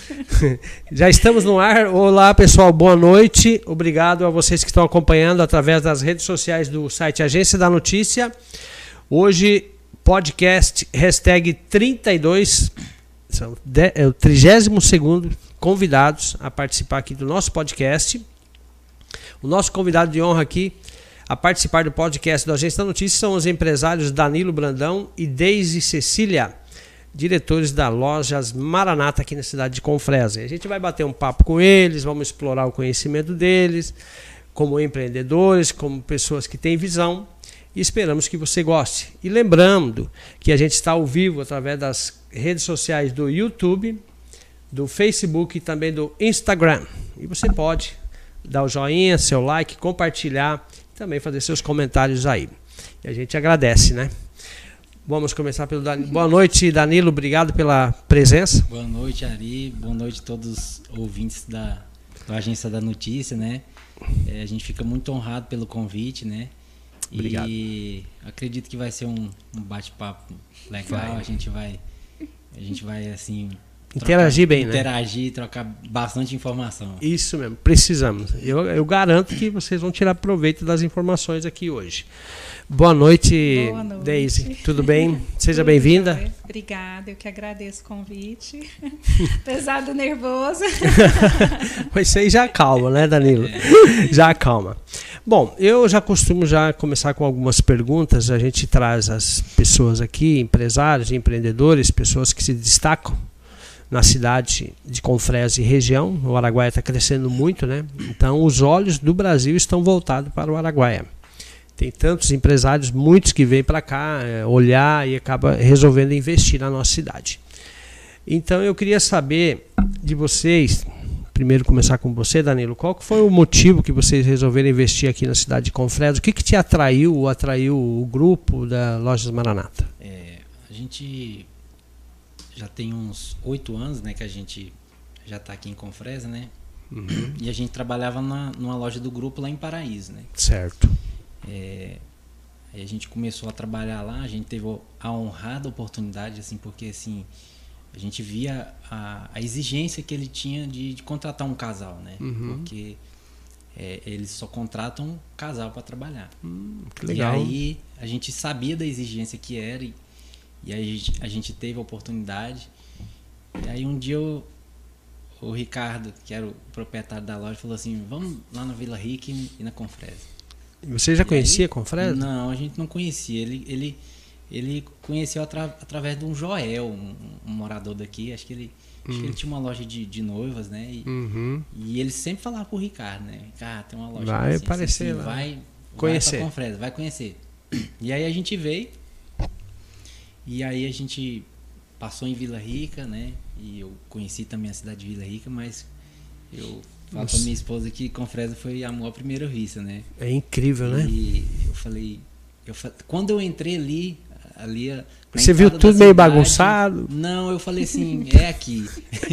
Já estamos no ar. Olá, pessoal, boa noite. Obrigado a vocês que estão acompanhando através das redes sociais do site Agência da Notícia. Hoje, podcast hashtag 32, é o 32º convidados a participar aqui do nosso podcast. O nosso convidado de honra aqui a participar do podcast do Agência da Notícia são os empresários Danilo Brandão e Deise Cecília, diretores da Lojas Maranata aqui na cidade de Confresa. A gente vai bater um papo com eles, vamos explorar o conhecimento deles, como empreendedores, como pessoas que têm visão, e esperamos que você goste. E lembrando que a gente está ao vivo através das redes sociais do YouTube, do Facebook e também do Instagram. E você pode dar o joinha, seu like, compartilhar, também fazer seus comentários aí. E a gente agradece, né? Vamos começar pelo Danilo. Boa noite, Danilo. Obrigado pela presença. Boa noite, Ari. Boa noite a todos os ouvintes da Agência da Notícia, né? A gente fica muito honrado pelo convite, né? Obrigado. E acredito que vai ser um bate-papo legal. A gente vai assim... Interagir bem, né? Interagir, trocar bastante informação. Isso mesmo, precisamos. Eu garanto que vocês vão tirar proveito das informações aqui hoje. Boa noite, Deise. Tudo bem? Seja bem-vinda. Obrigada, eu que agradeço o convite. Apesar do nervoso. Mas isso aí já acalma, né, Danilo? Já acalma. Bom, eu já costumo começar com algumas perguntas. A gente traz as pessoas aqui, empresários, empreendedores, pessoas que se destacam na cidade de Confresa e região. O Araguaia está crescendo muito, né? Então os olhos do Brasil estão voltados para o Araguaia. Tem tantos empresários, muitos que vêm para cá olhar e acabam resolvendo investir na nossa cidade. Então eu queria saber de vocês, primeiro começar com você, Danilo, qual que foi o motivo que vocês resolveram investir aqui na cidade de Confresa? O que te atraiu o grupo da Lojas Maranata? A gente já tem uns 8 anos, né, que a gente já está aqui em Confresa, né? Uhum. E a gente trabalhava numa loja do grupo lá em Paraíso, né? Certo. Aí a gente começou a trabalhar lá, a gente teve a honrada oportunidade, assim, porque assim, a gente via a exigência que ele tinha de contratar um casal, né? Uhum. Porque eles só contratam um casal para trabalhar. Que legal. E aí a gente sabia da exigência que era e aí a gente teve a oportunidade. E aí um dia o Ricardo, que era o proprietário da loja, falou assim, vamos lá na Vila Rica e na Confresa. Você já conhecia Confresa? Não, a gente não conhecia. Ele conheceu através de um Joel, um morador daqui. Acho que ele tinha uma loja de noivas, né? E ele sempre falava pro Ricardo, né? Ricardo, tem uma loja vai assim, aparecer assim, lá. vai Conhecer. pra Confresa, vai conhecer. E aí a gente veio. E aí a gente passou em Vila Rica, né? E eu conheci também a cidade de Vila Rica, mas eu falo pra minha esposa que Confresa foi amor à primeira vista, né? É incrível, né? E eu falei, quando eu entrei ali você viu tudo meio bagunçado? Não, eu falei assim, é aqui.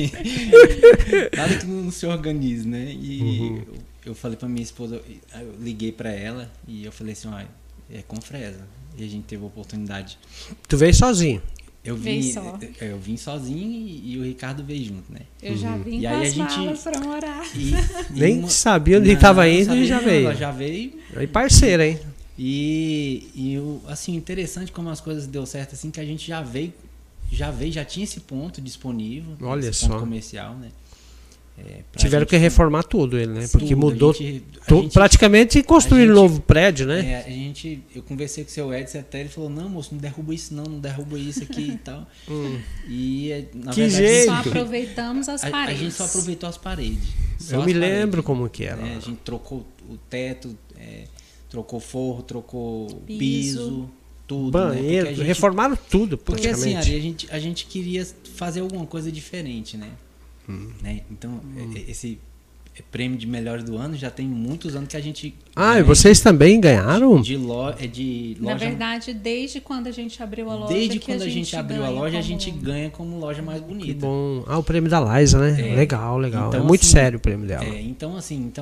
Nada que não se organize, né? E eu falei pra minha esposa, eu liguei pra ela e eu falei assim, olha, é Confresa. E a gente teve a oportunidade. Tu veio sozinho? Eu vim sozinho e o Ricardo veio junto, né? Eu já vim e com aí as malas para morar. Nem sabia onde estava indo e já veio. Ela já veio. E parceira, hein? E assim, interessante como as coisas deu certo, assim, que a gente já tinha esse ponto disponível. Olha esse ponto só. comercial, né? Tiveram que reformar tudo ele, né? Porque tudo, mudou a gente, praticamente construir um novo prédio, né? Eu conversei com o seu Edson até, ele falou, não, moço, não derruba isso não derruba isso aqui e tal. E na que verdade, jeito! Só aproveitamos as paredes. A gente só aproveitou as paredes. Eu me lembro como que era. A gente trocou o teto, trocou forro, trocou piso, tudo. Banheiro, né? reformaram tudo, porque praticamente. Porque assim, Ari, a gente queria fazer alguma coisa diferente, né? Então, esse prêmio de melhores do ano já tem muitos anos que a gente... e vocês também ganharam? De loja... Na verdade, desde quando a gente abriu a loja... Desde quando a gente abriu a loja, a gente ganha como loja mais bonita. Que bom. O prêmio da Liza, né? Legal. Então, é muito assim, sério o prêmio dela. Então,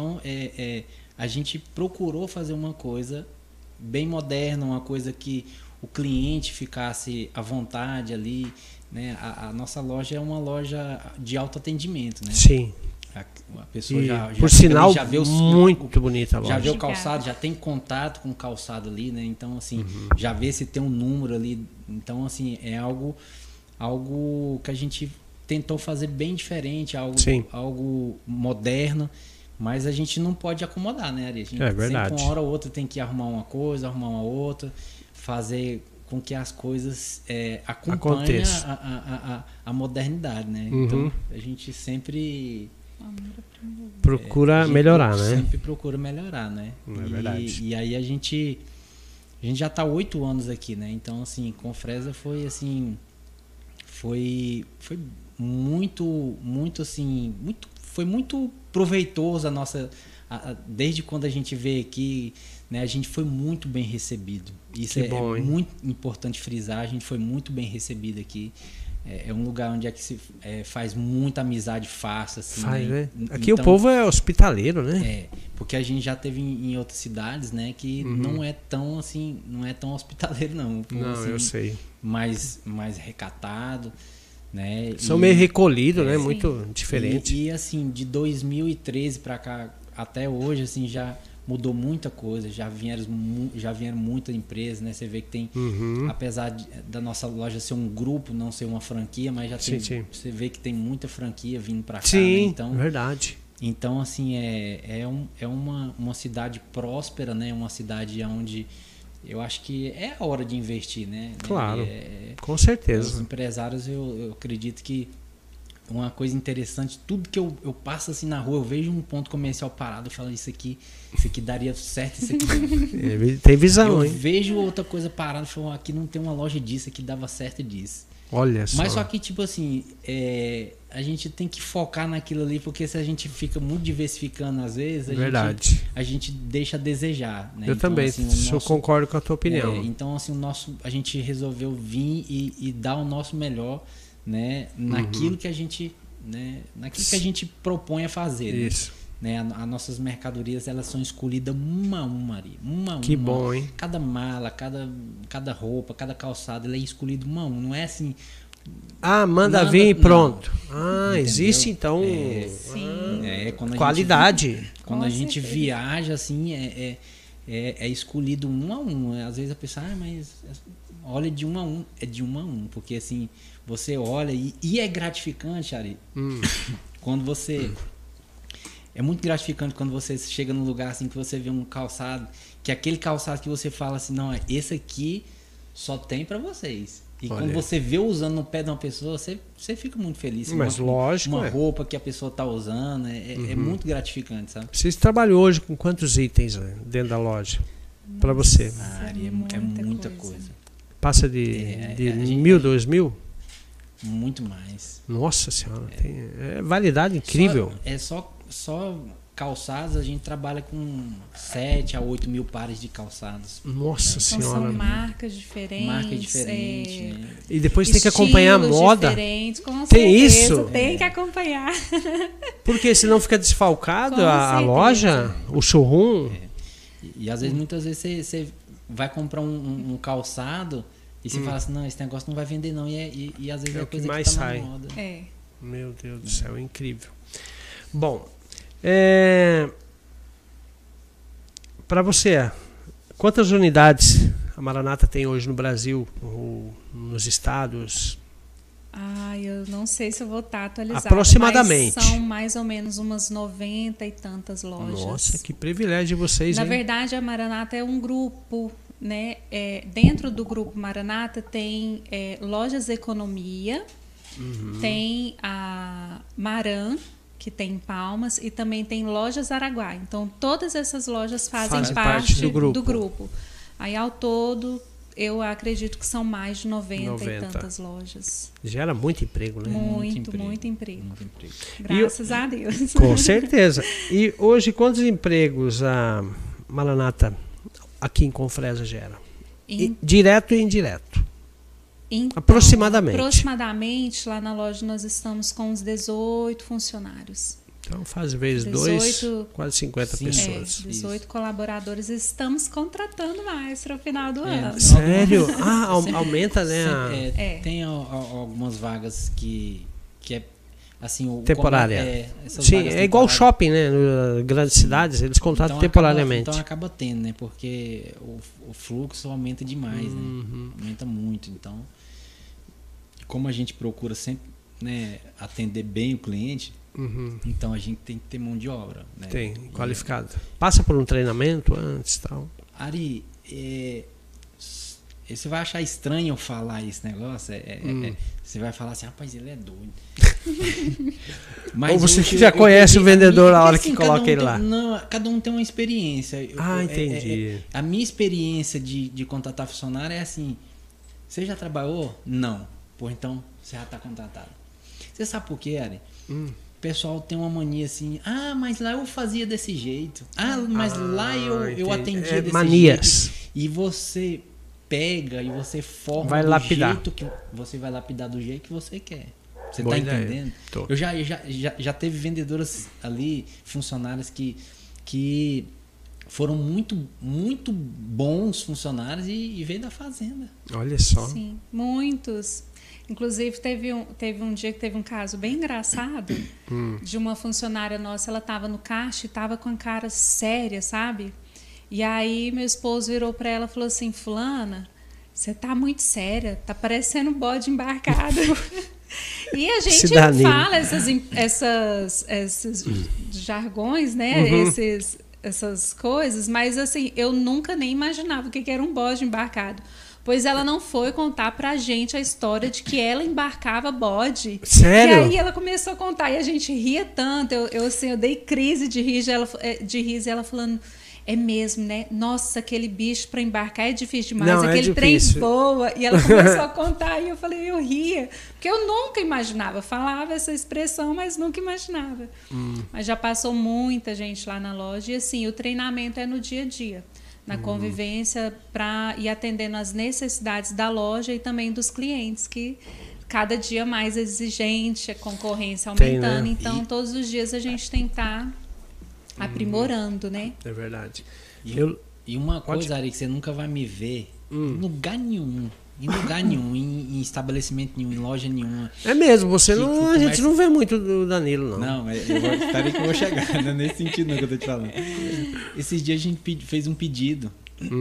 a gente procurou fazer uma coisa bem moderna, uma coisa que o cliente ficasse à vontade ali, né? A nossa loja é uma loja de autoatendimento, né? Sim. A pessoa já por sinal, já vê muito bonita a loja. Já vê o calçado, já tem contato com o calçado ali, né? Então, assim, já vê se tem um número ali. Então, assim, é algo que a gente tentou fazer bem diferente, algo moderno, mas a gente não pode acomodar, né, Ari? A gente verdade. sempre, uma hora ou outra, tem que arrumar uma coisa, arrumar uma outra, fazer com que as coisas acompanhem a modernidade, né? Então, a gente sempre procura melhorar, né? Sempre procura melhorar, né? É verdade. E aí a gente já está 8 anos aqui, né? Então, assim, com Fresa foi assim, foi muito assim, foi muito proveitoso a nossa, desde quando a gente veio aqui, né? A gente foi muito bem recebido. Isso é muito importante frisar. A gente foi muito bem recebido aqui. É um lugar onde se faz muita amizade fácil, assim, né? Aqui então, o povo é hospitaleiro, né? Porque a gente já teve em outras cidades, né, que não é tão assim, não é tão hospitaleiro, não. Não, assim, eu sei. Mais recatado, né? São meio recolhidos, né? Muito diferente. E assim, de 2013 para cá até hoje, assim, já mudou muita coisa, já vieram muitas empresas, né? Você vê que tem, apesar da nossa loja ser um grupo, não ser uma franquia, mas já tem, você vê que tem muita franquia vindo para cá, né? Então, verdade. Então, assim, é uma cidade próspera, né? Uma cidade onde eu acho que é a hora de investir, né? Claro, com certeza. Os empresários, eu acredito que uma coisa interessante, tudo que eu passo assim na rua, eu vejo um ponto comercial parado, eu falo, isso aqui daria certo, isso aqui. Tem visão, hein? Eu vejo outra coisa parada, eu falo, aqui não tem uma loja disso, aqui dava certo disso. Olha só. Mas só que, tipo assim, a gente tem que focar naquilo ali, porque se a gente fica muito diversificando, às vezes, a gente deixa a desejar, né? Eu então, também, assim, concordo com a tua opinião. Então, assim, a gente resolveu vir e dar o nosso melhor, né, naquilo que a gente, né, naquilo que a gente propõe a fazer. Isso. Né? As nossas mercadorias, elas são escolhidas uma a uma, Ari. Uma a uma. Que bom, hein? Cada mala, cada roupa, cada calçado, ele é escolhido uma a uma. Não é assim... manda vir e pronto. Existe então quando qualidade. Quando a gente viaja, assim, é escolhido um a um. Às vezes a pessoa, mas olha de um a um. É de um a um, porque assim, você olha e é gratificante, Ari, quando você... É muito gratificante quando você chega num lugar assim que você vê um calçado, que é aquele calçado que você fala assim, não, esse aqui só tem pra vocês. E quando você vê usando no pé de uma pessoa, você fica muito feliz. Mas lógico. Uma roupa que a pessoa tá usando, é muito gratificante, sabe? Você trabalhou hoje com quantos itens dentro da loja? Para você? É muita coisa. Passa de 1.000, 2.000? Muito mais. Nossa senhora, tem validade incrível. Só calçados, a gente trabalha com 7 a 8 mil pares de calçados. Nossa senhora. São marcas diferentes. Né? E depois tem que acompanhar a moda. Com tem isso? Tem que acompanhar. Porque senão fica desfalcado a loja, o showroom. E às vezes, muitas vezes você vai comprar um calçado e você fala assim, não, esse negócio não vai vender não. E às vezes é a coisa mais que tá sai. na moda. Meu Deus do céu, incrível. Bom, para você, quantas unidades a Maranata tem hoje no Brasil, ou nos estados? Eu não sei se eu vou estar atualizada. Aproximadamente. Mas são mais ou menos umas 90 e tantas lojas. Nossa, que privilégio de vocês, Na hein? verdade, a Maranata é um grupo, né? Dentro do grupo Maranata tem Lojas Economia, tem a Maran, que tem em Palmas, e também tem Lojas Araguá. Então, todas essas lojas fazem parte do grupo. Aí, ao todo, eu acredito que são mais de 90 e tantas lojas. Gera muito emprego, né? Muito emprego. Graças a Deus. Com certeza. E hoje, quantos empregos a Maranata aqui em Confresa gera? Direto e indireto? Então, aproximadamente, lá na loja nós estamos com uns 18 funcionários. Então faz vezes 2, quase 50 pessoas. 18 colaboradores. Estamos contratando mais para o final do ano. Sério? Aumenta, né? Tem algumas vagas que é assim... Temporária. Sim, é igual shopping, né? Nas grandes cidades, eles contratam temporariamente. Então acaba tendo, né? Porque o fluxo aumenta demais, né? Aumenta muito. Então, como a gente procura sempre, né, atender bem o cliente, então a gente tem que ter mão de obra, né? Tem, qualificada. Passa por um treinamento antes e tal. Ari, você vai achar estranho eu falar esse negócio, você vai falar assim, rapaz, ele é doido. Mas ou você já conhece o vendedor a hora que coloca ele lá? Não, cada um tem uma experiência. Entendi. A minha experiência de contratar funcionário é assim, você já trabalhou? Não. Pô, então você já está contratado. Você sabe por quê, Ari? O pessoal tem uma mania assim, mas lá eu fazia desse jeito. Mas lá eu atendia desse manias. jeito. E você pega e você forma vai lapidar. Jeito que você vai lapidar do jeito que você quer. Você Boa tá ideia. entendendo? Eu já teve vendedoras ali, funcionários que foram muito, muito bons funcionários e veio da fazenda. Olha só. Sim, muitos. Inclusive, teve um dia que teve um caso bem engraçado de uma funcionária nossa, ela estava no caixa e estava com a cara séria, sabe? E aí meu esposo virou para ela e falou assim, fulana, você tá muito séria, tá parecendo um bode embarcado. E a gente fala esses jargões, né? Essas coisas, mas assim, eu nunca nem imaginava o que era um bode embarcado. Pois ela não foi contar pra gente a história de que ela embarcava bode. Sério? E aí ela começou a contar e a gente ria tanto. Eu dei crise de riso e ela falando, é mesmo, né? Nossa, aquele bicho pra embarcar é difícil demais. Não, aquele trem voa. E ela começou a contar e eu falei, eu ria. Porque eu nunca imaginava. Falava essa expressão, mas nunca imaginava. Mas já passou muita gente lá na loja. E assim, o treinamento é no dia a dia. Na convivência e atendendo às necessidades da loja e também dos clientes, que cada dia mais exigente, a concorrência aumentando. Né? Então, todos os dias a gente tem que estar aprimorando, né? É verdade. E uma coisa, Ari, que você nunca vai me ver em lugar nenhum. Em estabelecimento nenhum, em loja nenhuma. É mesmo, a gente não vê muito do Danilo, não. Não, peraí que eu vou chegar, não é nesse sentido não que eu tô te falando. Esses dias a gente fez um pedido.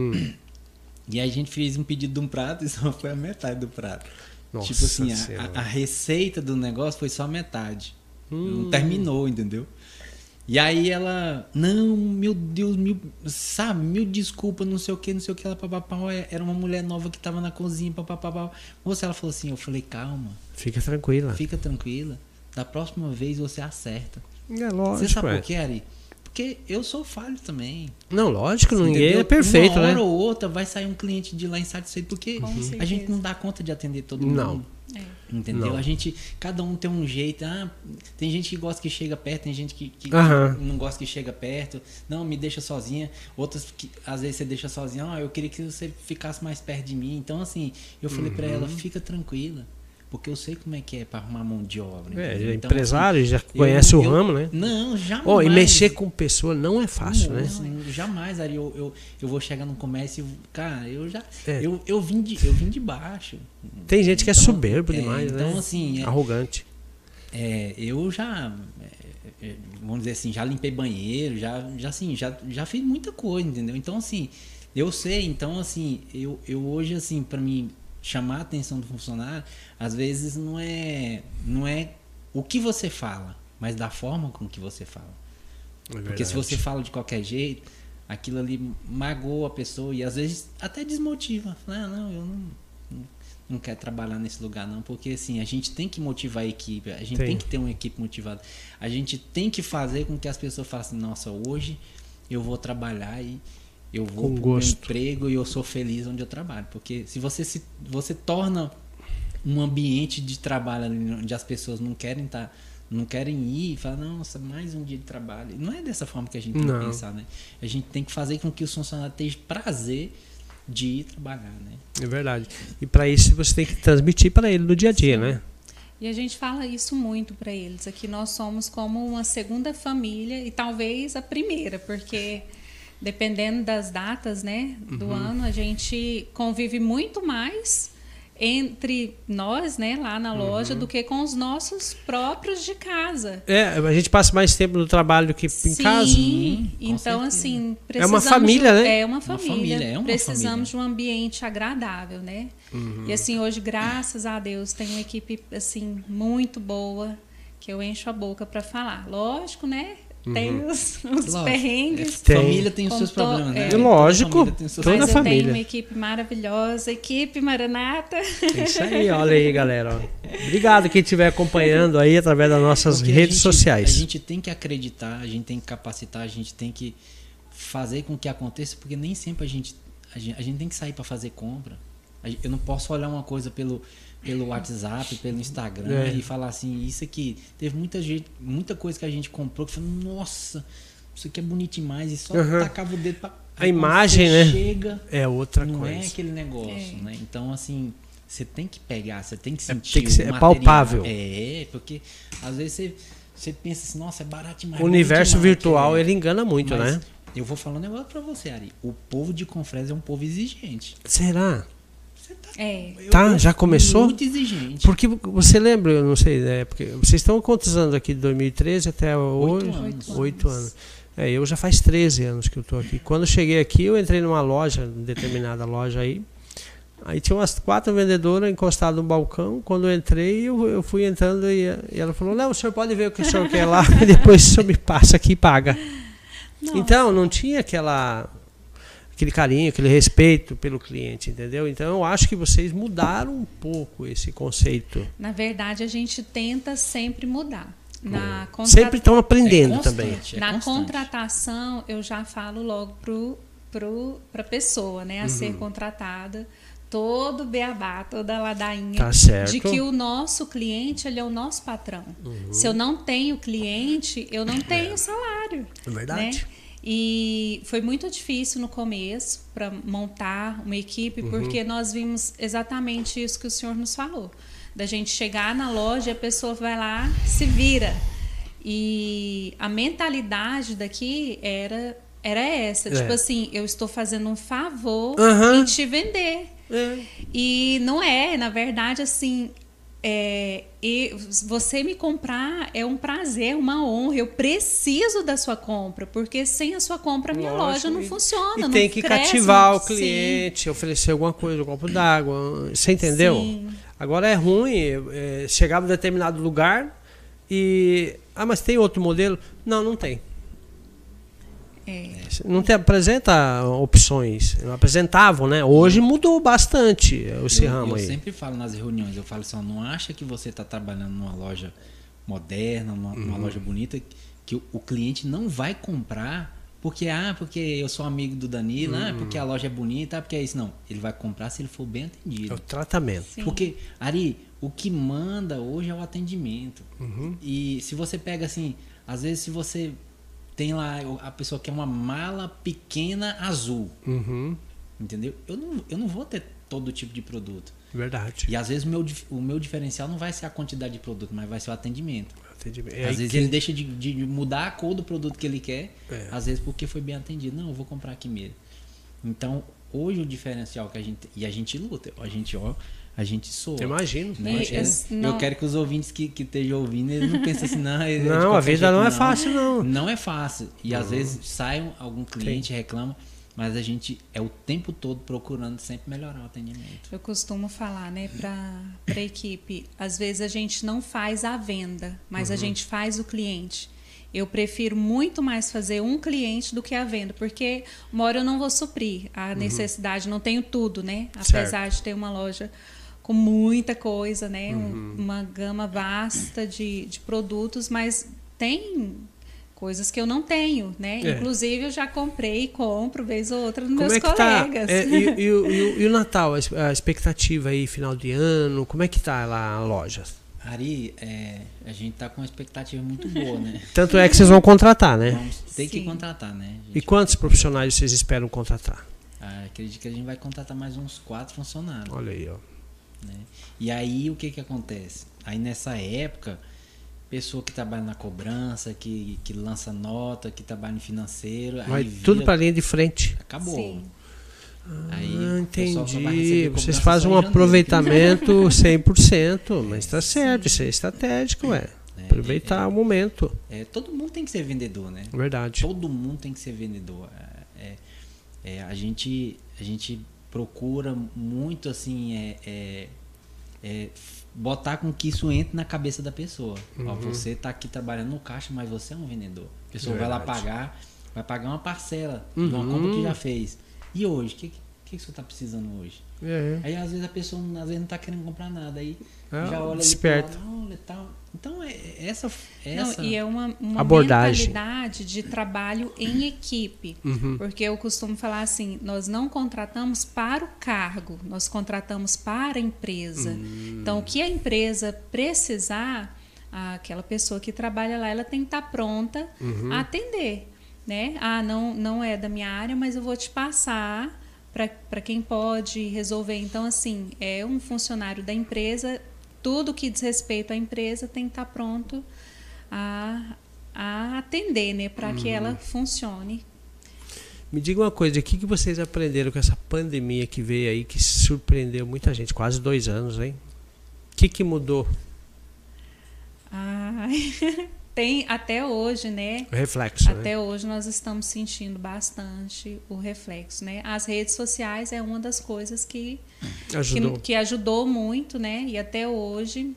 E aí a gente fez um pedido de um prato e só foi a metade do prato. Nossa, tipo assim, a receita do negócio foi só a metade. Não terminou, entendeu? E aí ela, não, meu Deus, mil desculpa, não sei o que, ela papapá, era uma mulher nova que tava na cozinha, papapá. Moça, ela falou assim, eu falei, calma. Fica tranquila. Da próxima vez você acerta. É lógico. Você sabe por quê, Ari? Porque eu sou falho também. Não, lógico, ninguém é perfeito, né? Uma hora ou outra vai sair um cliente de lá insatisfeito, porque a gente não dá conta de atender todo mundo. Não. Entendeu? Não. Cada um tem um jeito. Tem gente que gosta que chega perto, tem gente que não gosta que chega perto. Não, me deixa sozinha. Outras que às vezes você deixa sozinha. Eu queria que você ficasse mais perto de mim. Então, assim, eu falei pra ela, fica tranquila. Porque eu sei como é que é pra arrumar mão de obra. Então, empresário, assim, já conhece o ramo, né? Não, jamais. E mexer com pessoa não é fácil, né? Assim, jamais, Ari. Eu vou chegar no comércio e, cara, eu vim de baixo. Tem gente que é soberbo demais, né? Então, assim... arrogante. Eu já... vamos dizer assim, já limpei banheiro, já fiz muita coisa, entendeu? Então, assim, eu sei. Então, assim, eu hoje, assim, pra mim... chamar a atenção do funcionário, às vezes não é o que você fala, mas da forma com que você fala. Porque se você fala de qualquer jeito, aquilo ali magoa a pessoa e às vezes até desmotiva. Eu não quero trabalhar nesse lugar não, porque assim, a gente tem que motivar a equipe, a gente tem que ter uma equipe motivada. A gente tem que fazer com que as pessoas falem assim, nossa, hoje eu vou trabalhar e eu vou para o meu emprego e eu sou feliz onde eu trabalho. Porque se você torna um ambiente de trabalho onde as pessoas não querem ir e falar, nossa, mais um dia de trabalho. Não é dessa forma que a gente tem que pensar, né? A gente tem que fazer com que os funcionários tenham prazer de ir trabalhar, né? É verdade. E para isso você tem que transmitir para ele no dia a dia, né? E a gente fala isso muito para eles. Aqui nós somos como uma segunda família e talvez a primeira, porque dependendo das datas, né, do ano, a gente convive muito mais entre nós, né, lá na loja, do que com os nossos próprios de casa. A gente passa mais tempo no trabalho do que em casa. Sim, então assim, precisamos... É uma família, né? É uma família. Precisamos de um ambiente agradável, né? E assim, hoje, graças a Deus, tem uma equipe assim muito boa, que eu encho a boca para falar. Lógico, né? Tem os perrengues. Família tem os seus problemas, né? Lógico, toda a família. Tem uma equipe maravilhosa, equipe Maranata. É isso aí, olha aí, galera. Obrigado quem estiver acompanhando aí através das nossas redes sociais. A gente tem que acreditar, a gente tem que capacitar, a gente tem que fazer com que aconteça, porque nem sempre a gente tem que sair para fazer compra. Eu não posso olhar uma coisa pelo WhatsApp, pelo Instagram e falar assim, isso aqui, teve muita coisa que a gente comprou que falou, nossa, isso aqui é bonito demais, e só tacava o dedo pra... A imagem, né? Chega, é outra não coisa. Não é aquele negócio, né? Então, assim, você tem que pegar, você tem que sentir é palpável. Porque às vezes você pensa assim, nossa, é barato demais. O universo virtual, ele engana muito, né? Eu vou falar um negócio pra você, Ari. O povo de Confresa é um povo exigente. Será? Tá, já começou? Muito exigente. Porque você lembra, eu não sei, né? Porque vocês estão quantos anos aqui, de 2013 até hoje? 8 anos. Eu já faz 13 anos que eu estou aqui. Quando eu cheguei aqui, eu entrei numa loja, determinada loja aí. Aí tinha umas 4 vendedoras encostadas no balcão. Quando eu entrei, eu fui entrando e ela falou, não, o senhor pode ver o que o senhor quer lá e depois o senhor me passa aqui e paga. Nossa. Então, não tinha aquele carinho, aquele respeito pelo cliente, entendeu? Então eu acho que vocês mudaram um pouco esse conceito. Na verdade, a gente tenta sempre mudar. Sempre estão aprendendo também. Na contratação, eu já falo logo para a pessoa, né, a ser contratada, todo o beabá, toda a ladainha, tá certo, de que o nosso cliente, ele é o nosso patrão. Se eu não tenho cliente, eu não tenho salário. É verdade. Né? E foi muito difícil no começo para montar uma equipe, porque nós vimos exatamente isso que o senhor nos falou. Da gente chegar na loja e a pessoa vai lá, se vira. E a mentalidade daqui era essa. Tipo assim, eu estou fazendo um favor em te vender. E não é, na verdade, assim... e você me comprar é um prazer, uma honra. Eu preciso da sua compra, porque sem a sua compra a minha loja não funciona. E tem que cativar o cliente, oferecer alguma coisa, um copo d'água. Você entendeu? Sim. Agora é ruim chegar em um determinado lugar e... mas tem outro modelo? Não tem. Não te apresenta opções. Não apresentavam, né? Hoje mudou bastante esse ramo aí. Eu sempre falo nas reuniões, eu falo assim, não acha que você está trabalhando numa loja moderna, numa loja bonita, que o cliente não vai comprar porque eu sou amigo do Danilo, porque a loja é bonita, porque é isso. Não, ele vai comprar se ele for bem atendido. É o tratamento. Sim. Porque, Ari, o que manda hoje é o atendimento. E se você pega assim, às vezes se você... Tem lá, a pessoa quer uma mala pequena azul. Entendeu? Eu não vou ter todo tipo de produto. Verdade. E às vezes o meu diferencial não vai ser a quantidade de produto, mas vai ser o atendimento. Às vezes que... ele deixa de mudar a cor do produto que ele quer, às vezes porque foi bem atendido. Não, eu vou comprar aqui mesmo. Então, hoje o diferencial que a gente... E a gente luta, a gente soa. Imagino. Né? Eu quero que os ouvintes que estejam ouvindo, eles não pensem assim, não, a vida não é fácil, não. Não é fácil. E às vezes sai algum cliente, reclama, mas a gente é o tempo todo procurando sempre melhorar o atendimento. Eu costumo falar, né, para a equipe, às vezes a gente não faz a venda, mas a gente faz o cliente. Eu prefiro muito mais fazer um cliente do que a venda, porque uma hora eu não vou suprir a necessidade, não tenho tudo, né? Apesar de ter uma loja com muita coisa, né? Uma gama vasta de produtos, mas tem coisas que eu não tenho, né? Inclusive eu já comprei e compro vez ou outra nos meus colegas. Tá? E o Natal, a expectativa aí, final de ano, como é que tá lá a loja? Ari, a gente tá com uma expectativa muito boa, né? Tanto é que vocês vão contratar, né? Vamos ter que contratar, né? E quantos profissionais vocês esperam contratar? Acredito que a gente vai contratar mais uns 4 funcionários. Olha aí, ó. Né? E aí o que acontece? Aí nessa época, pessoa que trabalha na cobrança, que lança nota, que trabalha no financeiro, Vai aí tudo para a linha de frente. acabou. Sim. Aí Ah, o pessoal só vai entendi. receber Vocês cobrança fazem só um em janeiro. aproveitamento 100%, mas está certo, isso é estratégico, aproveitar o momento. Todo mundo tem que ser vendedor, né? Verdade. Todo mundo tem que ser vendedor. A gente procura muito assim botar com que isso entre na cabeça da pessoa. Ó, você está aqui trabalhando no caixa, mas você é um vendedor. A pessoa vai lá vai pagar uma parcela de uma compra que já fez. E hoje, o que você está precisando hoje? Aí às vezes a pessoa às vezes não está querendo comprar nada, aí já olha desperta. ali pro lado, então essa Não, e é uma abordagem. mentalidade de trabalho em equipe. Porque eu costumo falar assim, nós não contratamos para o cargo, nós contratamos para a empresa. Então, o que a empresa precisar, aquela pessoa que trabalha lá, ela tem que estar pronta a atender. Né? Não é da minha área, mas eu vou te passar para quem pode resolver. Então, assim, é um funcionário da empresa, tudo que diz respeito à empresa tem que estar pronto a atender, né? Para que ela funcione. Me diga uma coisa, o que vocês aprenderam com essa pandemia que veio aí, que surpreendeu muita gente, quase 2 anos, hein? O que mudou? Tem até hoje, né? O reflexo, até hoje nós estamos sentindo bastante o reflexo, né? As redes sociais é uma das coisas que ajudou muito, né? E até hoje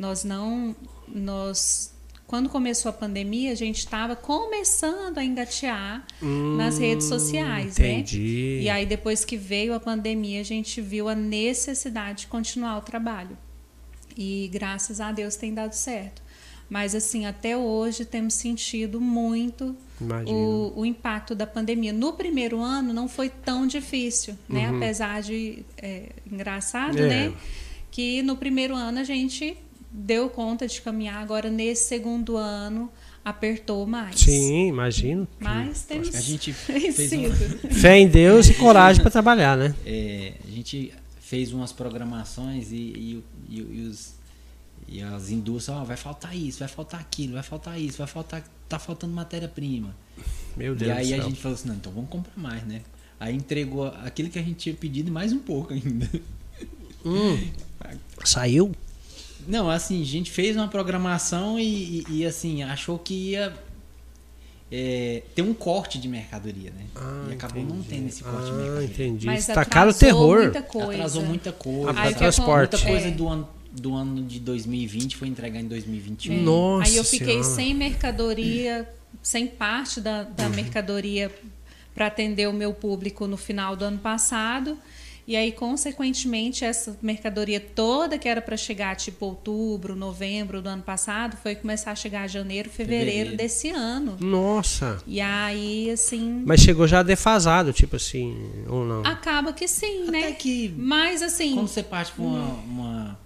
quando começou a pandemia, a gente estava começando a engatear nas redes sociais, entendi. Né? E aí depois que veio a pandemia, a gente viu a necessidade de continuar o trabalho. E graças a Deus tem dado certo. Mas, assim, até hoje temos sentido muito o impacto da pandemia. No primeiro ano não foi tão difícil, né? Apesar de engraçado, né? Que no primeiro ano a gente deu conta de caminhar. Agora, nesse segundo ano, apertou mais. Sim, imagino. Mas temos a gente fé em Deus e coragem para trabalhar, né? A gente fez umas programações e as indústrias, vai faltar isso, vai faltar aquilo, vai faltar isso, tá faltando matéria-prima. Meu Deus do céu. E aí a gente falou assim, não, então vamos comprar mais, né? Aí entregou aquilo que a gente tinha pedido e mais um pouco ainda. Saiu? Não, assim, a gente fez uma programação e assim, achou que ia ter um corte de mercadoria, né? E acabou não tendo esse corte de mercadoria. Entendi. Mas tacaram o terror. Atrasou muita coisa. Transporte. Muita coisa do ano de 2020 foi entregar em 2021. Nossa Aí eu fiquei Senhora. sem mercadoria, sem parte da mercadoria para atender o meu público no final do ano passado. E aí, consequentemente, essa mercadoria toda que era para chegar tipo outubro, novembro do ano passado, foi começar a chegar em janeiro, fevereiro desse ano. Nossa. E aí, assim... Mas chegou já defasado, tipo assim, ou não? Acaba que sim, Até né? que Mas, assim... quando você parte para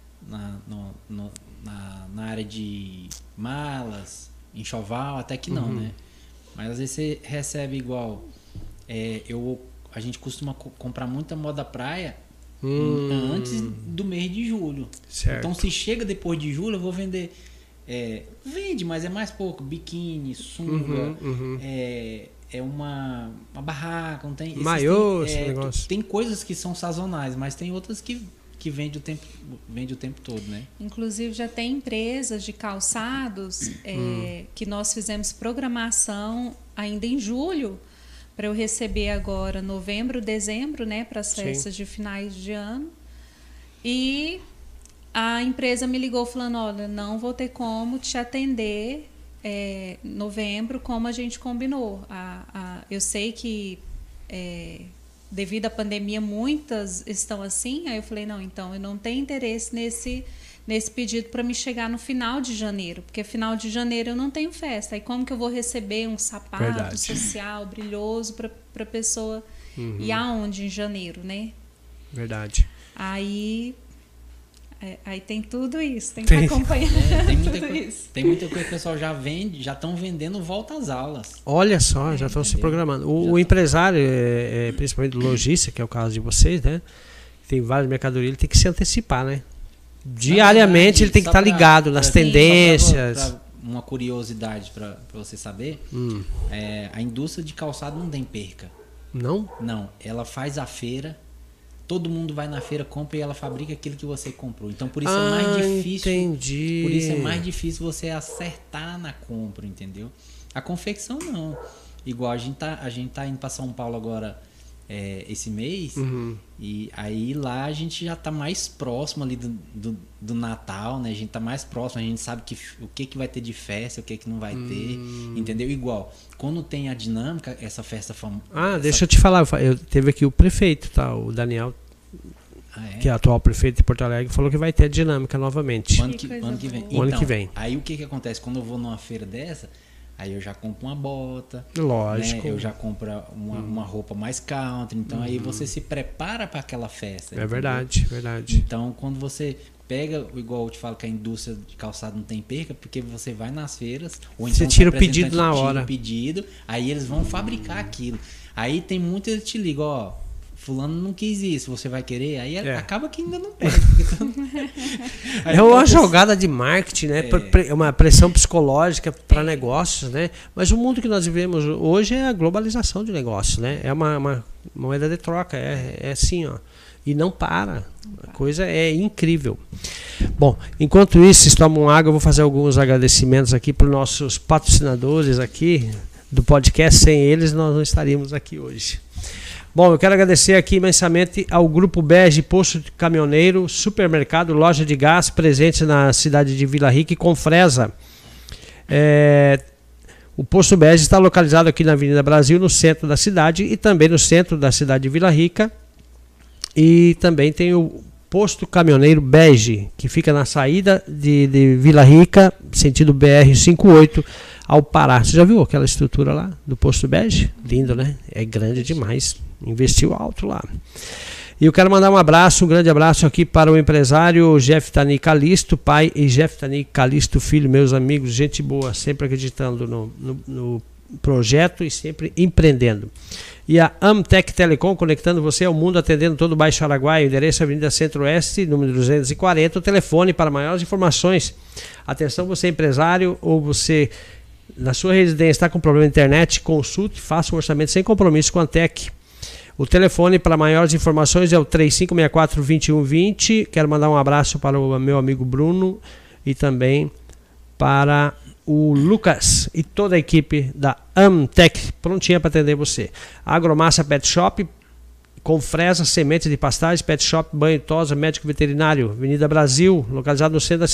na área de malas, enxoval, até que não, né? Mas às vezes você recebe igual... a gente costuma comprar muita moda praia antes do mês de julho. Certo. Então, se chega depois de julho, eu vou vender... vende, mas é mais pouco. Biquíni, sunga, uma barraca, não tem... Maiô, esse negócio. Tem coisas que são sazonais, mas tem outras que vende o tempo todo, né? Inclusive, já tem empresas de calçados que nós fizemos programação ainda em julho, para eu receber agora novembro, dezembro, né, para as festas de finais de ano. E a empresa me ligou falando, olha, não vou ter como te atender novembro como a gente combinou. Eu sei que devido à pandemia muitas estão assim, aí eu falei, não, então eu não tenho interesse nesse pedido para me chegar no final de janeiro, porque final de janeiro eu não tenho festa. Aí como que eu vou receber um sapato social, brilhoso para a pessoa ir aonde em janeiro, né? Verdade. Aí tem tudo isso, tem que acompanhar tudo isso. Tem muita coisa que o pessoal já estão vendendo volta às aulas. Olha só, já estão se programando. O empresário, principalmente do lojista, que é o caso de vocês, né? Tem várias mercadorias, ele tem que se antecipar, né? diariamente ele tem que estar ligado nas tendências. Uma curiosidade para você saber, a indústria de calçado não tem perca. Não? Não, ela faz a feira, todo mundo vai na feira, compra e ela fabrica aquilo que você comprou. Então por isso é mais difícil. Entendi. Por isso é mais difícil você acertar na compra, entendeu? A confecção não. Igual a gente tá indo para São Paulo agora esse mês, e aí lá a gente já tá mais próximo ali do Natal, né? A gente tá mais próximo, a gente sabe o que vai ter de festa, o que não vai ter, entendeu? Igual, quando tem a dinâmica, essa festa famosa... Deixa eu te falar, eu teve aqui o prefeito, tá? O Daniel, que é atual prefeito de Porto Alegre, falou que vai ter a dinâmica novamente. Ano que vem. Então, ano que vem. Aí o que acontece? Quando eu vou numa feira dessa, aí eu já compro uma bota. Lógico. Né? Eu já compro uma roupa mais country. Então aí você se prepara para aquela festa. É verdade, verdade. Então quando você pega, igual eu te falo que a indústria de calçado não tem perca, porque você vai nas feiras, ou então você tira o pedido na hora. Tira o pedido, aí eles vão fabricar aquilo. Aí tem muito, eles te ligam, ó, fulano não quis isso, você vai querer? Aí acaba que ainda não pode. É uma jogada de marketing, né? É uma pressão psicológica para negócios, né? Mas o mundo que nós vivemos hoje é a globalização de negócios, né? É uma moeda de troca, é assim, ó. E não para. A coisa é incrível. Bom, enquanto isso, vocês tomam água, eu vou fazer alguns agradecimentos aqui para os nossos patrocinadores aqui do podcast. Sem eles, nós não estaríamos aqui hoje. Bom, eu quero agradecer aqui imensamente ao Grupo Bege, Posto de Caminhoneiro, Supermercado, Loja de Gás, presente na cidade de Vila Rica e Confresa. O Posto Bege está localizado aqui na Avenida Brasil, no centro da cidade, e também no centro da cidade de Vila Rica. E também tem o Posto Caminhoneiro Bege, que fica na saída de Vila Rica, sentido BR-58, ao Pará. Você já viu aquela estrutura lá do Posto Bege? Lindo, né? É grande demais. Investiu alto lá. E eu quero mandar um grande abraço aqui para o empresário Jeftani Calisto, pai, e Jeftani Calisto filho, meus amigos, gente boa, sempre acreditando no projeto e sempre empreendendo. E a Amtec Telecom, conectando você ao mundo, atendendo todo o Baixo Araguaia, endereço Avenida Centro-Oeste, número 240, o telefone para maiores informações. Atenção, você empresário ou você na sua residência está com problema de internet, consulte, faça um orçamento sem compromisso com a Antec. O telefone para maiores informações é o 3564-2120. Quero mandar um abraço para o meu amigo Bruno e também para o Lucas e toda a equipe da Amtec, prontinha para atender você. Agromassa Pet Shop, Confresa, sementes de pastagem, Pet Shop, banho e tosa, médico veterinário, Avenida Brasil, localizado no centro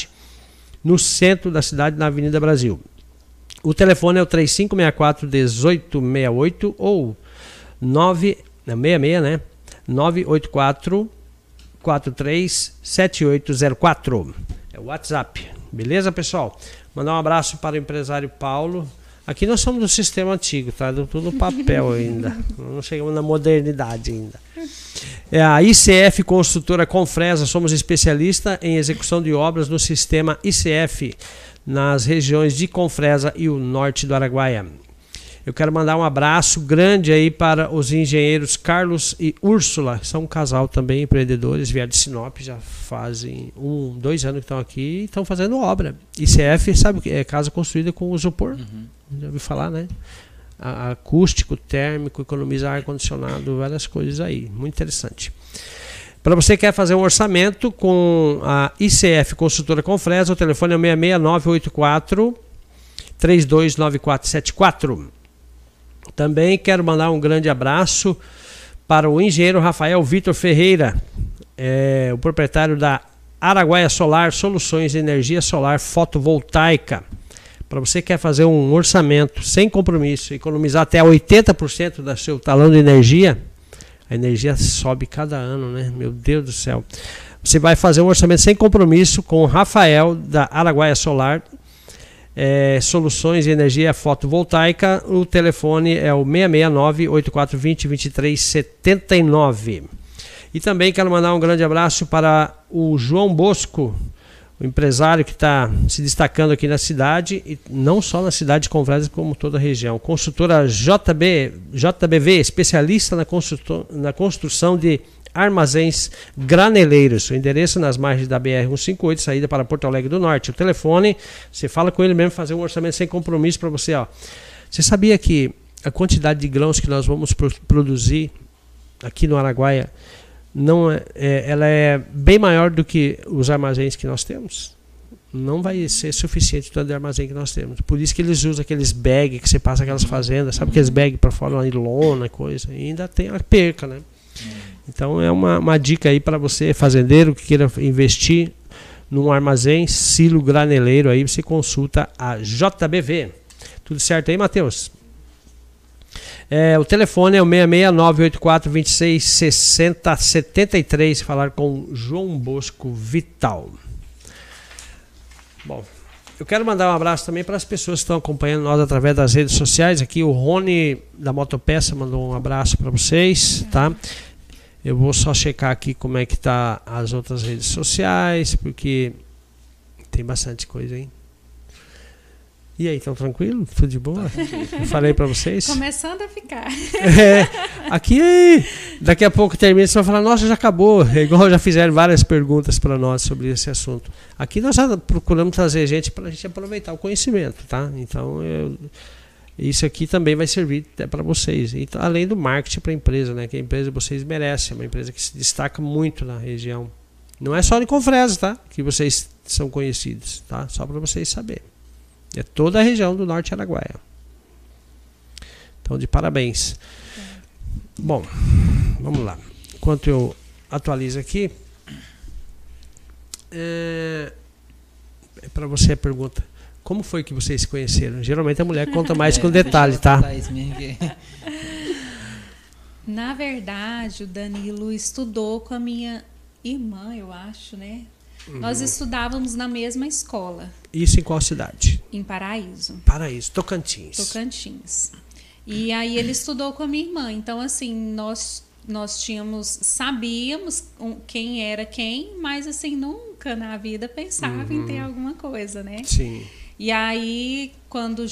da cidade, na Avenida Brasil. O telefone é o 3564-1868 ou 966, né? 984-437804. É o WhatsApp. Beleza, pessoal? Mandar um abraço para o empresário Paulo. Aqui nós somos do sistema antigo, tá? Tudo no papel ainda. Não chegamos na modernidade ainda. É a ICF Construtora Confresa. Somos especialistas em execução de obras no sistema ICF nas regiões de Confresa e o norte do Araguaia. Eu quero mandar um abraço grande aí para os engenheiros Carlos e Úrsula, que são um casal também, empreendedores, vieram de Sinop, já fazem 2 anos que estão aqui e estão fazendo obra. ICF, sabe o que é? Casa construída com isopor. Já ouviu falar, né? Acústico, térmico, economizar ar-condicionado, várias coisas aí. Muito interessante. Para você que quer fazer um orçamento com a ICF Construtora Confresa, o telefone é o 66984 329474. Também quero mandar um grande abraço para o engenheiro Rafael Vitor Ferreira, o proprietário da Araguaia Solar, soluções de energia solar fotovoltaica. Para você que quer fazer um orçamento sem compromisso, economizar até 80% do seu talão de energia, a energia sobe cada ano, né? Meu Deus do céu. Você vai fazer um orçamento sem compromisso com o Rafael da Araguaia Solar, soluções de energia fotovoltaica. O telefone é o 669-8420-2379. E também quero mandar um grande abraço para o João Bosco, o empresário que está se destacando aqui na cidade, e não só na cidade de Confresa, como toda a região. Construtora JBV, especialista na construção de Armazéns Graneleiros. O endereço nas margens da BR-158, saída para Porto Alegre do Norte. O telefone, você fala com ele mesmo, fazer um orçamento sem compromisso para você. Ó. Você sabia que a quantidade de grãos que nós vamos produzir aqui no Araguaia, ela é bem maior do que os armazéns que nós temos? Não vai ser suficiente o tanto de armazém que nós temos. Por isso que eles usam aqueles bags que você passa aquelas fazendas, sabe aqueles bags para fora, uma lona, coisa, e ainda tem a perca, né? Então é uma dica aí para você, fazendeiro, que queira investir num armazém, silo graneleiro, aí você consulta a JBV. Tudo certo aí, Matheus? O telefone é o 66984266073, falar com João Bosco Vital. Bom, eu quero mandar um abraço também para as pessoas que estão acompanhando nós através das redes sociais. Aqui o Rony da Motopeça mandou um abraço para vocês, tá? Eu vou só checar aqui como é que tá as outras redes sociais, porque tem bastante coisa, hein? E aí, estão tranquilo? Tudo de boa? Eu falei para vocês. Começando a ficar. Aqui, daqui a pouco termina, você vai falar, nossa, já acabou. Igual já fizeram várias perguntas para nós sobre esse assunto. Aqui nós já procuramos trazer gente para a gente aproveitar o conhecimento, tá? Então, isso aqui também vai servir para vocês. Então, além do marketing para a empresa, né? Que a empresa vocês merecem, é uma empresa que se destaca muito na região. Não é só em Confresa, tá? Que vocês são conhecidos, tá? Só para vocês saberem. É toda a região do Norte Araguaia. Então, de parabéns. Bom, vamos lá. Enquanto eu atualizo aqui, para você a pergunta: como foi que vocês se conheceram? Geralmente a mulher conta mais com detalhe, tá? Na verdade, o Danilo estudou com a minha irmã, eu acho, né? Nós estudávamos na mesma escola. Isso em qual cidade? Em Paraíso. Paraíso, Tocantins. Tocantins. E aí ele estudou com a minha irmã. Então, assim, nós sabíamos quem era quem, mas assim, nunca na vida pensava em ter alguma coisa, né? Sim. E aí, quando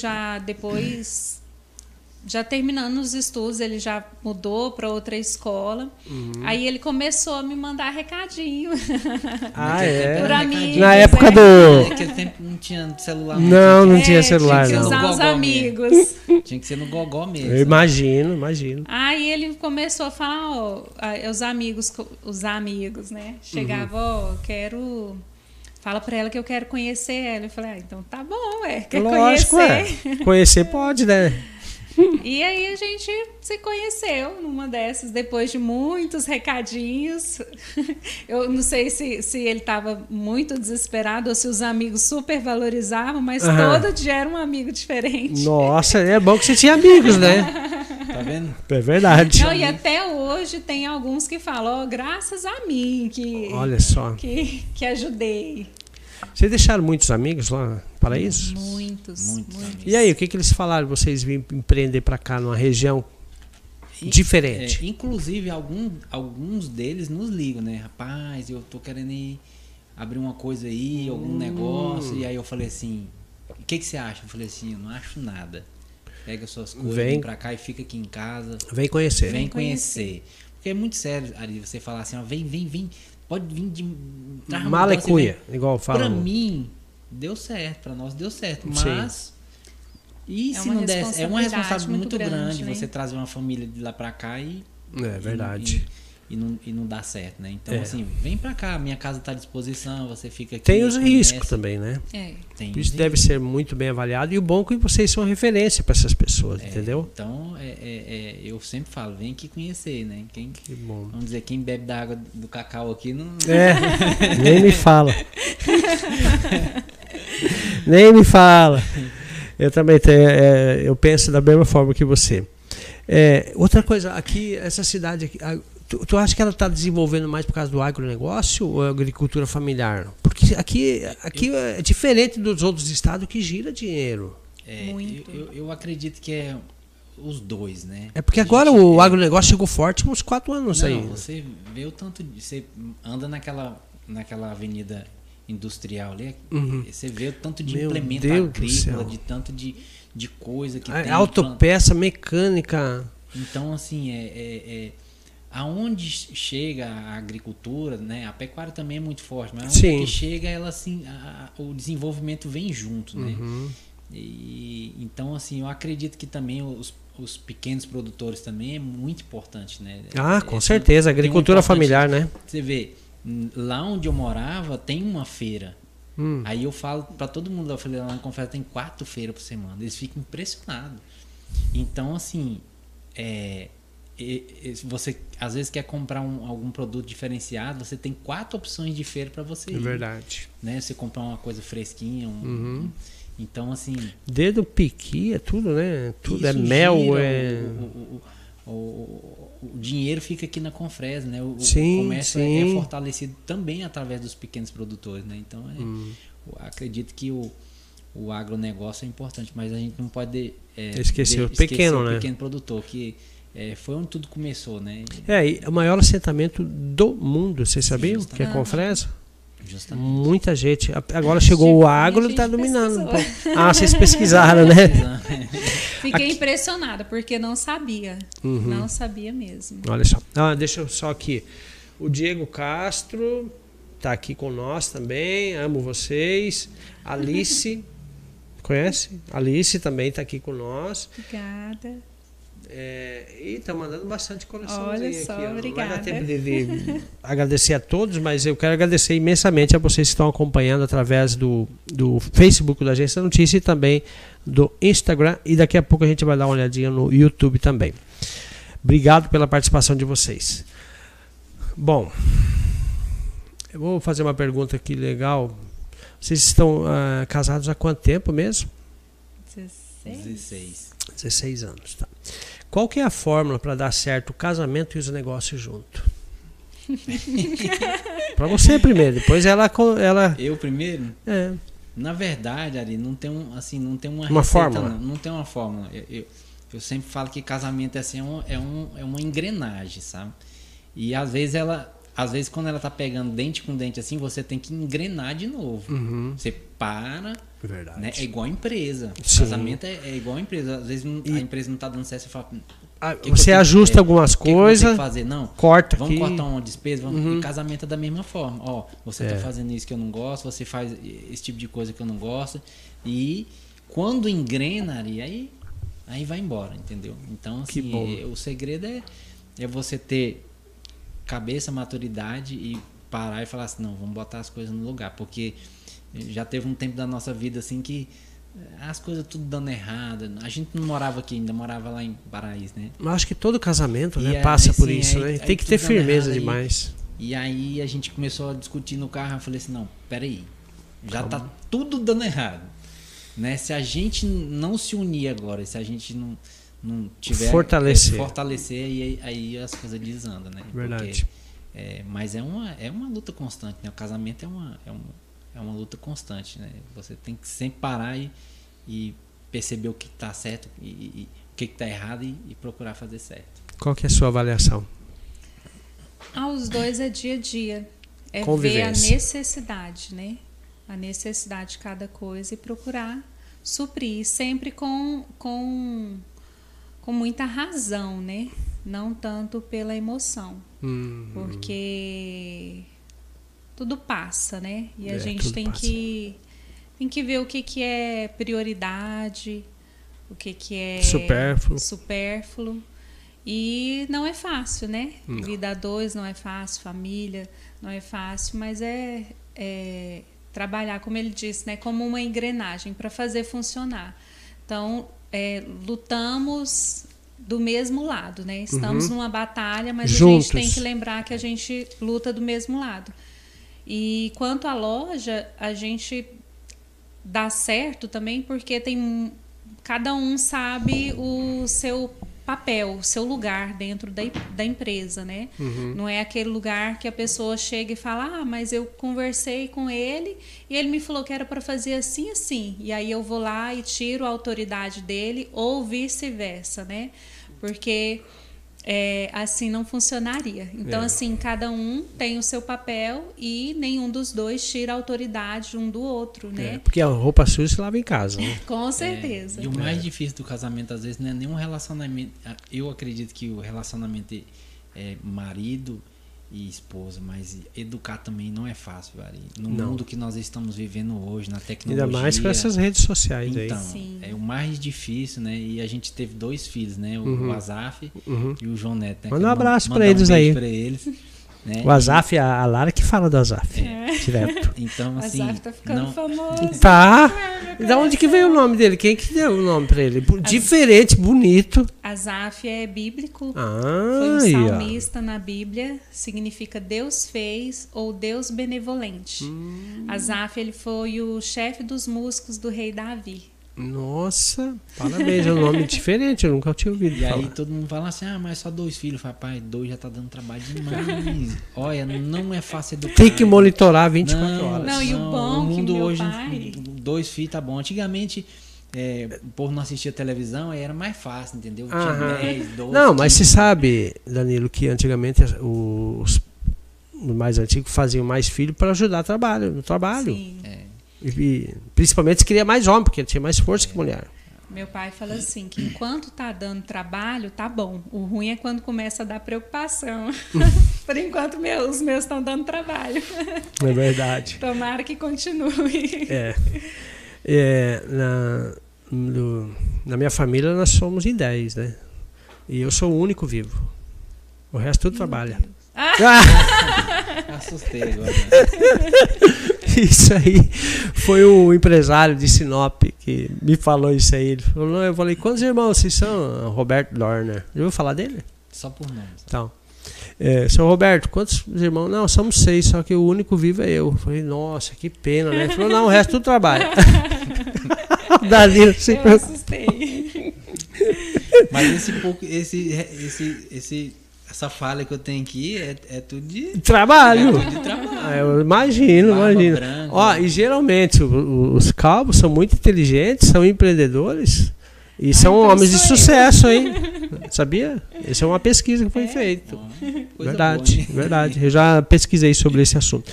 já terminando os estudos, ele já mudou para outra escola. Aí ele começou a me mandar recadinho. Por amigos. Na época do... Naquele tempo não tinha celular. Não tinha celular, tinha que não. usar os amigos. Tinha que ser no gogó mesmo. Eu imagino. Aí ele começou a falar, os amigos, né? Chegava, fala pra ela que eu quero conhecer ela. Eu falei, então tá bom, quer Lógico, conhecer? Conhecer pode, né? E aí a gente se conheceu numa dessas, depois de muitos recadinhos. Eu não sei se ele estava muito desesperado ou se os amigos super valorizavam, mas todo dia era um amigo diferente. Nossa, é bom que você tinha amigos, né? Tá vendo? É verdade. Não, e até hoje tem alguns que falam, graças a mim olha só. que ajudei. Vocês deixaram muitos amigos lá em Paraíso? Muitos. E aí, o que eles falaram? Vocês vêm empreender para cá, numa região diferente? Inclusive, alguns deles nos ligam, né? Rapaz, eu tô querendo abrir uma coisa aí, algum negócio. E aí eu falei assim, o que você acha? Eu falei assim, eu não acho nada. Pega suas coisas, vem pra cá e fica aqui em casa. Vem conhecer. Vem conhecer. Porque é muito sério, Ari, você falar assim, ó, vem. Pode vir de... Mala e cuia, igual falam. Pra mim, deu certo. Pra nós deu certo. Mas... E se não der... É uma responsabilidade muito grande, né? Você trazer uma família de lá pra cá e... É verdade. E não dá certo, né? Então, assim, vem pra cá. Minha casa tá à disposição. Você fica aqui. Tem os riscos também, né? Tem isso deve ser muito bem avaliado. E o bom é que vocês são referência para essas pessoas, entendeu? Então, eu sempre falo, vem aqui conhecer, né? Que bom. Vamos dizer, quem bebe da água do cacau aqui não... Nem me fala. Nem me fala. Eu também tenho... eu penso da mesma forma que você. Outra coisa, aqui, essa cidade aqui... Tu acha que ela está desenvolvendo mais por causa do agronegócio ou agricultura familiar? Porque aqui é diferente dos outros estados que gira dinheiro. Muito. Eu acredito que é os dois, né? É porque agora o agronegócio chegou forte uns 4 anos aí. Você vê o tanto de... Você anda naquela avenida industrial ali, você vê o tanto de implemento agrícola, de tanto de coisa que tem. Autopeça, mecânica. Então, assim, aonde chega a agricultura, né? A pecuária também é muito forte, mas Sim. aonde que chega, ela assim, o desenvolvimento vem junto, né? E, então, assim, eu acredito que também os pequenos produtores também é muito importante, né? Com certeza, agricultura familiar, né? Você vê, lá onde eu morava tem uma feira. Aí eu falo para todo mundo, eu falei, lá na conferência tem 4 feiras por semana. Eles ficam impressionados. Então, assim, você às vezes quer comprar algum produto diferenciado, você tem 4 opções de feira para você ir. É verdade. Né? Você comprar uma coisa fresquinha, então, assim... Dedo piqui, é tudo, né? Tudo é isso mel, gira, o dinheiro fica aqui na Confresa, né? O comércio é fortalecido também através dos pequenos produtores, né? Então, eu acredito que o agronegócio é importante, mas a gente não pode esquecer o pequeno, né? O pequeno produtor, que foi onde tudo começou, né? E o maior assentamento do mundo, vocês sabiam que é Confresa? Justamente. Muita gente. Agora chegou o agro, ele está dominando. Vocês pesquisaram, né? Fiquei impressionada, porque não sabia. Não sabia mesmo. Olha só. Deixa eu só aqui. O Diego Castro está aqui com nós também. Amo vocês. Alice. Conhece? Alice também está aqui com nós. Obrigada. E está mandando bastante coraçãozinho. Olha só, aqui. Não obrigada. vai dar tempo de agradecer a todos, mas eu quero agradecer imensamente a vocês que estão acompanhando através do Facebook da Agência da Notícia e também do Instagram. E daqui a pouco a gente vai dar uma olhadinha no YouTube também. Obrigado pela participação de vocês. Bom, eu vou fazer uma pergunta aqui legal. Vocês estão casados há quanto tempo mesmo? 16 anos, tá. Qual que é a fórmula para dar certo o casamento e os negócios junto? Para você primeiro, depois ela... Eu primeiro? Na verdade, Ari, não tem uma receita, fórmula. Não tem uma fórmula. Eu sempre falo que casamento assim, é uma engrenagem, sabe? E às vezes quando ela tá pegando dente com dente assim, você tem que engrenar de novo. Você para... Verdade. Né? É igual a empresa. Sim. Casamento é igual a empresa. Às vezes a empresa não está dando certo, você fala. Você ajusta algumas coisas. Que fazer? Não, corta vamos aqui. cortar uma despesa. E casamento é da mesma forma. Você está fazendo isso que eu não gosto, você faz esse tipo de coisa que eu não gosto. E quando engrena, aí vai embora, entendeu? Então, assim, o segredo é você ter cabeça, maturidade e parar e falar assim, não, vamos botar as coisas no lugar, porque já teve um tempo da nossa vida assim que as coisas tudo dando errado. A gente não morava aqui ainda, morava lá em Paraíso, né? Eu acho que todo casamento, né, passa por isso, né? Tem que ter firmeza demais. E aí a gente começou a discutir no carro, eu falei assim, não, peraí, já tá tudo dando errado, né? Se a gente não se unir agora, se a gente não tiver fortalecer aí as coisas desandam, né? Verdade. Porque, mas é uma luta constante, né? O casamento é uma luta constante, né? Você tem que sempre parar e perceber o que está certo e o que está errado e procurar fazer certo. Qual que é a sua avaliação? Os dois é dia a dia. É ver a necessidade, né? A necessidade de cada coisa e procurar suprir, sempre com muita razão, né? Não tanto pela emoção. Porque tudo passa, né? E a gente tem que ver o que é prioridade, o que é supérfluo. E não é fácil, né? Não. Vida a dois não é fácil, família não é fácil, mas é trabalhar, como ele disse, né? Como uma engrenagem para fazer funcionar. Então, lutamos do mesmo lado, né? Estamos numa batalha, mas juntos. A gente tem que lembrar que a gente luta do mesmo lado. E quanto à loja, a gente dá certo também porque cada um sabe o seu papel, o seu lugar dentro da empresa, né? Não é aquele lugar que a pessoa chega e fala, mas eu conversei com ele e ele me falou que era para fazer assim, assim. E aí eu vou lá e tiro a autoridade dele ou vice-versa, né? Porque assim não funcionaria. Então, assim, cada um tem o seu papel e nenhum dos dois tira a autoridade um do outro, né? Porque a roupa suja se lava em casa, né? Com certeza. E o mais difícil do casamento, às vezes, não é nenhum relacionamento. Eu acredito que o relacionamento marido e esposa, mas educar também não é fácil, Ari. No Não. mundo que nós estamos vivendo hoje, na tecnologia. Ainda mais com essas redes sociais aí. Então, Sim. é o mais difícil, né? E a gente teve 2 filhos, né? O Azaf e o João Neto. Né? Manda um abraço Mandar pra eles beijo aí. Pra eles, né? O Azaf, a Lara que fala do Azaf. Direto. Então, O assim, Azaf tá ficando não, famoso. Tá. E da onde que veio o nome dele? Quem que deu o nome pra ele? Diferente, bonito. Azaf é bíblico. Foi Ah, um aí, ó. salmista na Bíblia, significa Deus fez ou Deus benevolente. Azaf, ele foi o chefe dos músicos do rei Davi. Nossa, parabéns, é um nome diferente, eu nunca tinha ouvido E aí falar. todo mundo fala assim, mas só 2 filhos. Rapaz, 2 já tá dando trabalho demais. Olha, não é fácil educar. Tem que monitorar 24 horas. Não, e o bom o que mundo meu hoje, pai- 2 filhos tá bom. Antigamente, o povo não assistia televisão, aí era mais fácil, entendeu? Aham. Tinha 10, 12, Não, mas 15. você sabe, Danilo, que antigamente os mais antigos faziam mais filhos para ajudar no trabalho. Sim. E principalmente se queria mais homem, porque tinha mais força que mulher. Meu pai fala assim, que enquanto tá dando trabalho, tá bom. O ruim é quando começa a dar preocupação. Por enquanto, os meus estão dando trabalho. É verdade. Tomara que continue. Na minha família nós somos em 10, né? E eu sou o único vivo. O resto tudo trabalha. Assustei agora. Isso aí foi um empresário de Sinop que me falou isso aí. Ele falou, não, eu falei, quantos irmãos vocês são? Roberto Dorner. Já ouviu falar dele? Só por nome. Então, seu Roberto, quantos irmãos? Não, somos 6, só que o único vivo é eu. Eu falei, nossa, que pena, né? Ele falou, não, o resto tudo trabalha. Danilo, se Eu assustei. Mas essa falha que eu tenho aqui é tudo de trabalho. É tudo de trabalho. Eu imagino. Branca. Ó, e geralmente os calvos são muito inteligentes, são empreendedores e são então homens de sou eu. sucesso, hein? Sabia? Essa é uma pesquisa que foi feita. Coisa Verdade, boa, hein? verdade. Eu já pesquisei sobre esse assunto.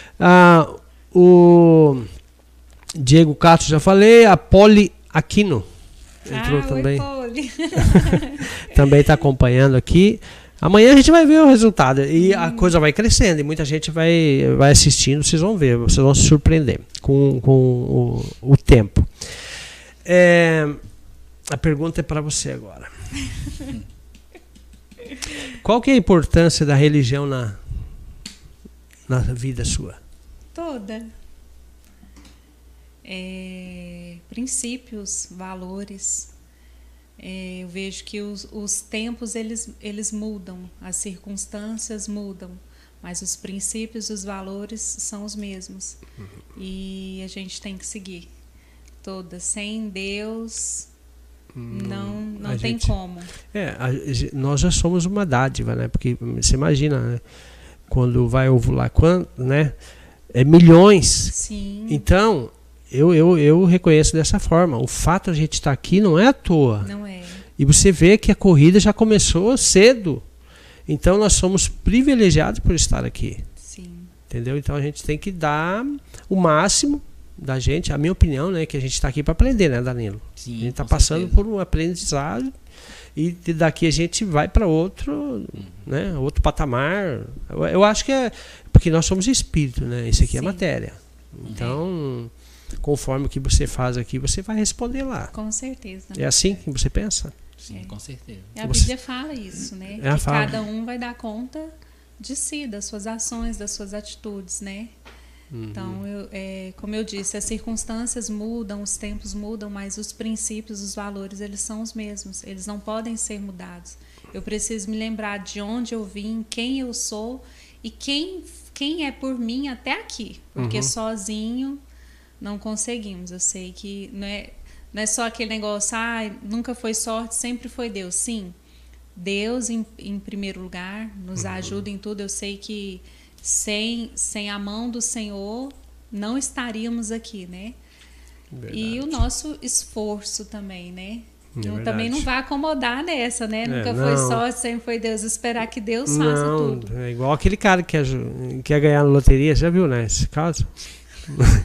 O Diego Cato, já falei. A Poli Aquino entrou também. Oi, Poli. Também está acompanhando aqui. Amanhã a gente vai ver o resultado e a coisa vai crescendo e muita gente vai assistindo, vocês vão ver, vocês vão se surpreender com o tempo. A pergunta é para você agora. Qual que é a importância da religião na vida sua? Toda. Princípios, valores. Eu vejo que os tempos eles mudam, as circunstâncias mudam, mas os princípios, os valores são os mesmos. E a gente tem que seguir todas. Sem Deus não tem como. Nós já somos uma dádiva, né? Porque você imagina, né? Quando vai ovular, né? Milhões. Sim. Então, eu reconheço dessa forma. O fato de a gente estar aqui não é à toa. Não é. E você vê que a corrida já começou cedo. Então, nós somos privilegiados por estar aqui. Sim. Entendeu? Então, a gente tem que dar o máximo da gente. A minha opinião, né? Que a gente está aqui para aprender, né, Danilo? Sim, a gente está com passando certeza. por um aprendizado. E daqui a gente vai para outro, né, outro patamar. Eu acho que é porque nós somos espírito, né? Isso aqui é Sim. matéria. Então, conforme o que você faz aqui, você vai responder lá. Com certeza. É assim que você pensa? Sim, com certeza. E a Bíblia fala isso, né? Ela Que fala. cada um vai dar conta de si, das suas ações, das suas atitudes, né? Então, como eu disse, as circunstâncias mudam, os tempos mudam, mas os princípios, os valores, eles são os mesmos. Eles não podem ser mudados. Eu preciso me lembrar de onde eu vim, quem eu sou e quem é por mim até aqui. Porque sozinho não conseguimos. Eu sei que não é só aquele negócio, nunca foi sorte, sempre foi Deus. Sim, Deus em primeiro lugar nos ajuda em tudo. Eu sei que sem a mão do Senhor não estaríamos aqui, né? Verdade. E o nosso esforço também, né? Verdade. Também não vai acomodar nessa, né? Nunca não. foi sorte, sempre foi Deus. Esperar que Deus faça Não, tudo. é igual aquele cara que quer ganhar na loteria. Você já viu, né? Esse caso?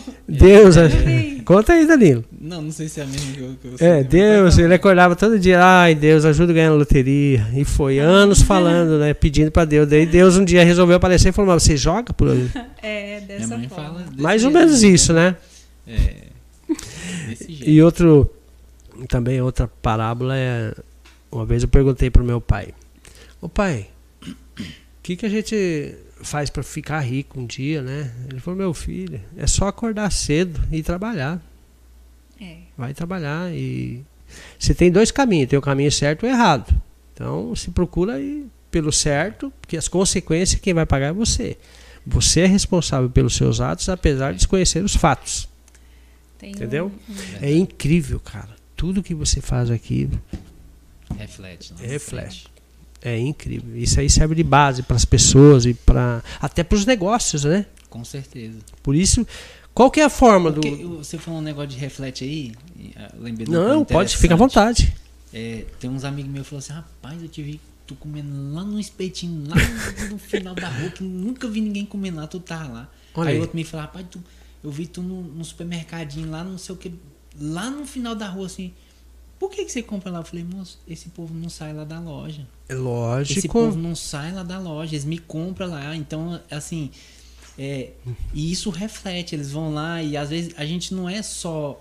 Deus, conta aí, Danilo. Não sei se é a mesma que eu Deus, ele acordava todo dia, ai Deus, ajuda a ganhar na loteria. E foi anos falando, né, pedindo pra Deus. Daí Deus um dia resolveu aparecer e falou, mas você joga por aí? Dessa Minha mãe forma. fala desse Mais ou jeito, menos isso, né? Desse jeito. E também outra parábola é, uma vez eu perguntei pro meu pai, ô pai, o que a gente faz para ficar rico um dia, né? Ele falou, meu filho, é só acordar cedo e trabalhar. Vai trabalhar e você tem dois caminhos, tem o caminho certo e o errado. Então se procura ir pelo certo, porque as consequências quem vai pagar é você. Você é responsável pelos seus atos, apesar de desconhecer os fatos. Entendeu? É incrível, cara. Tudo que você faz aqui reflete. É incrível. Isso aí serve de base para as pessoas e até para os negócios, né? Com certeza. Por isso, qual que é a forma Você falou um negócio de reflete aí, lembrei. Não, pode, fica à vontade. Tem uns amigos meus que falaram assim, rapaz, eu te vi tu comendo lá no espetinho, lá no final da rua, que nunca vi ninguém comendo lá, tu tava lá. Aí o outro me falou, rapaz, eu vi tu no supermercadinho lá, não sei o que, lá no final da rua, assim. Por que você compra lá? Eu falei, moço, esse povo não sai lá da loja. É lógico. Esse povo não sai lá da loja, eles me compram lá. Então, assim, e isso reflete, eles vão lá e às vezes a gente não é só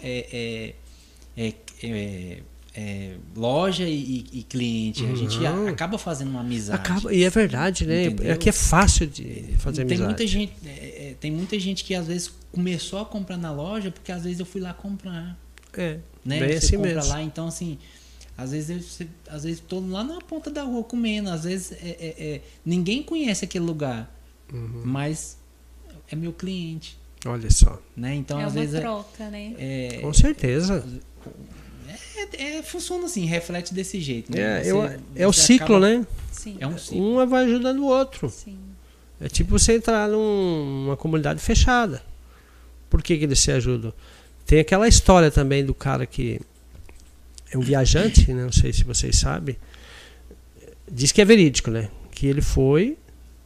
loja e cliente, a gente acaba fazendo uma amizade. E é verdade, né? Entendeu? Aqui é fácil de fazer amizade. Tem muita gente que às vezes começou a comprar na loja porque às vezes eu fui lá comprar. Né? Bem Você assim compra mesmo. lá, então assim, às vezes tô lá na ponta da rua comendo, às vezes ninguém conhece aquele lugar, mas é meu cliente. Olha só. Né? Então, às às vezes vezes troca, né? Com certeza. Funciona assim, reflete desse jeito. Né? É o ciclo, né? Sim. É um ciclo. Um vai ajudando o outro. Sim. É tipo você entrar numa comunidade fechada. Por que eles se ajudam? Tem aquela história também do cara que é um viajante, né? Não sei se vocês sabem. Diz que é verídico, né? Que ele foi,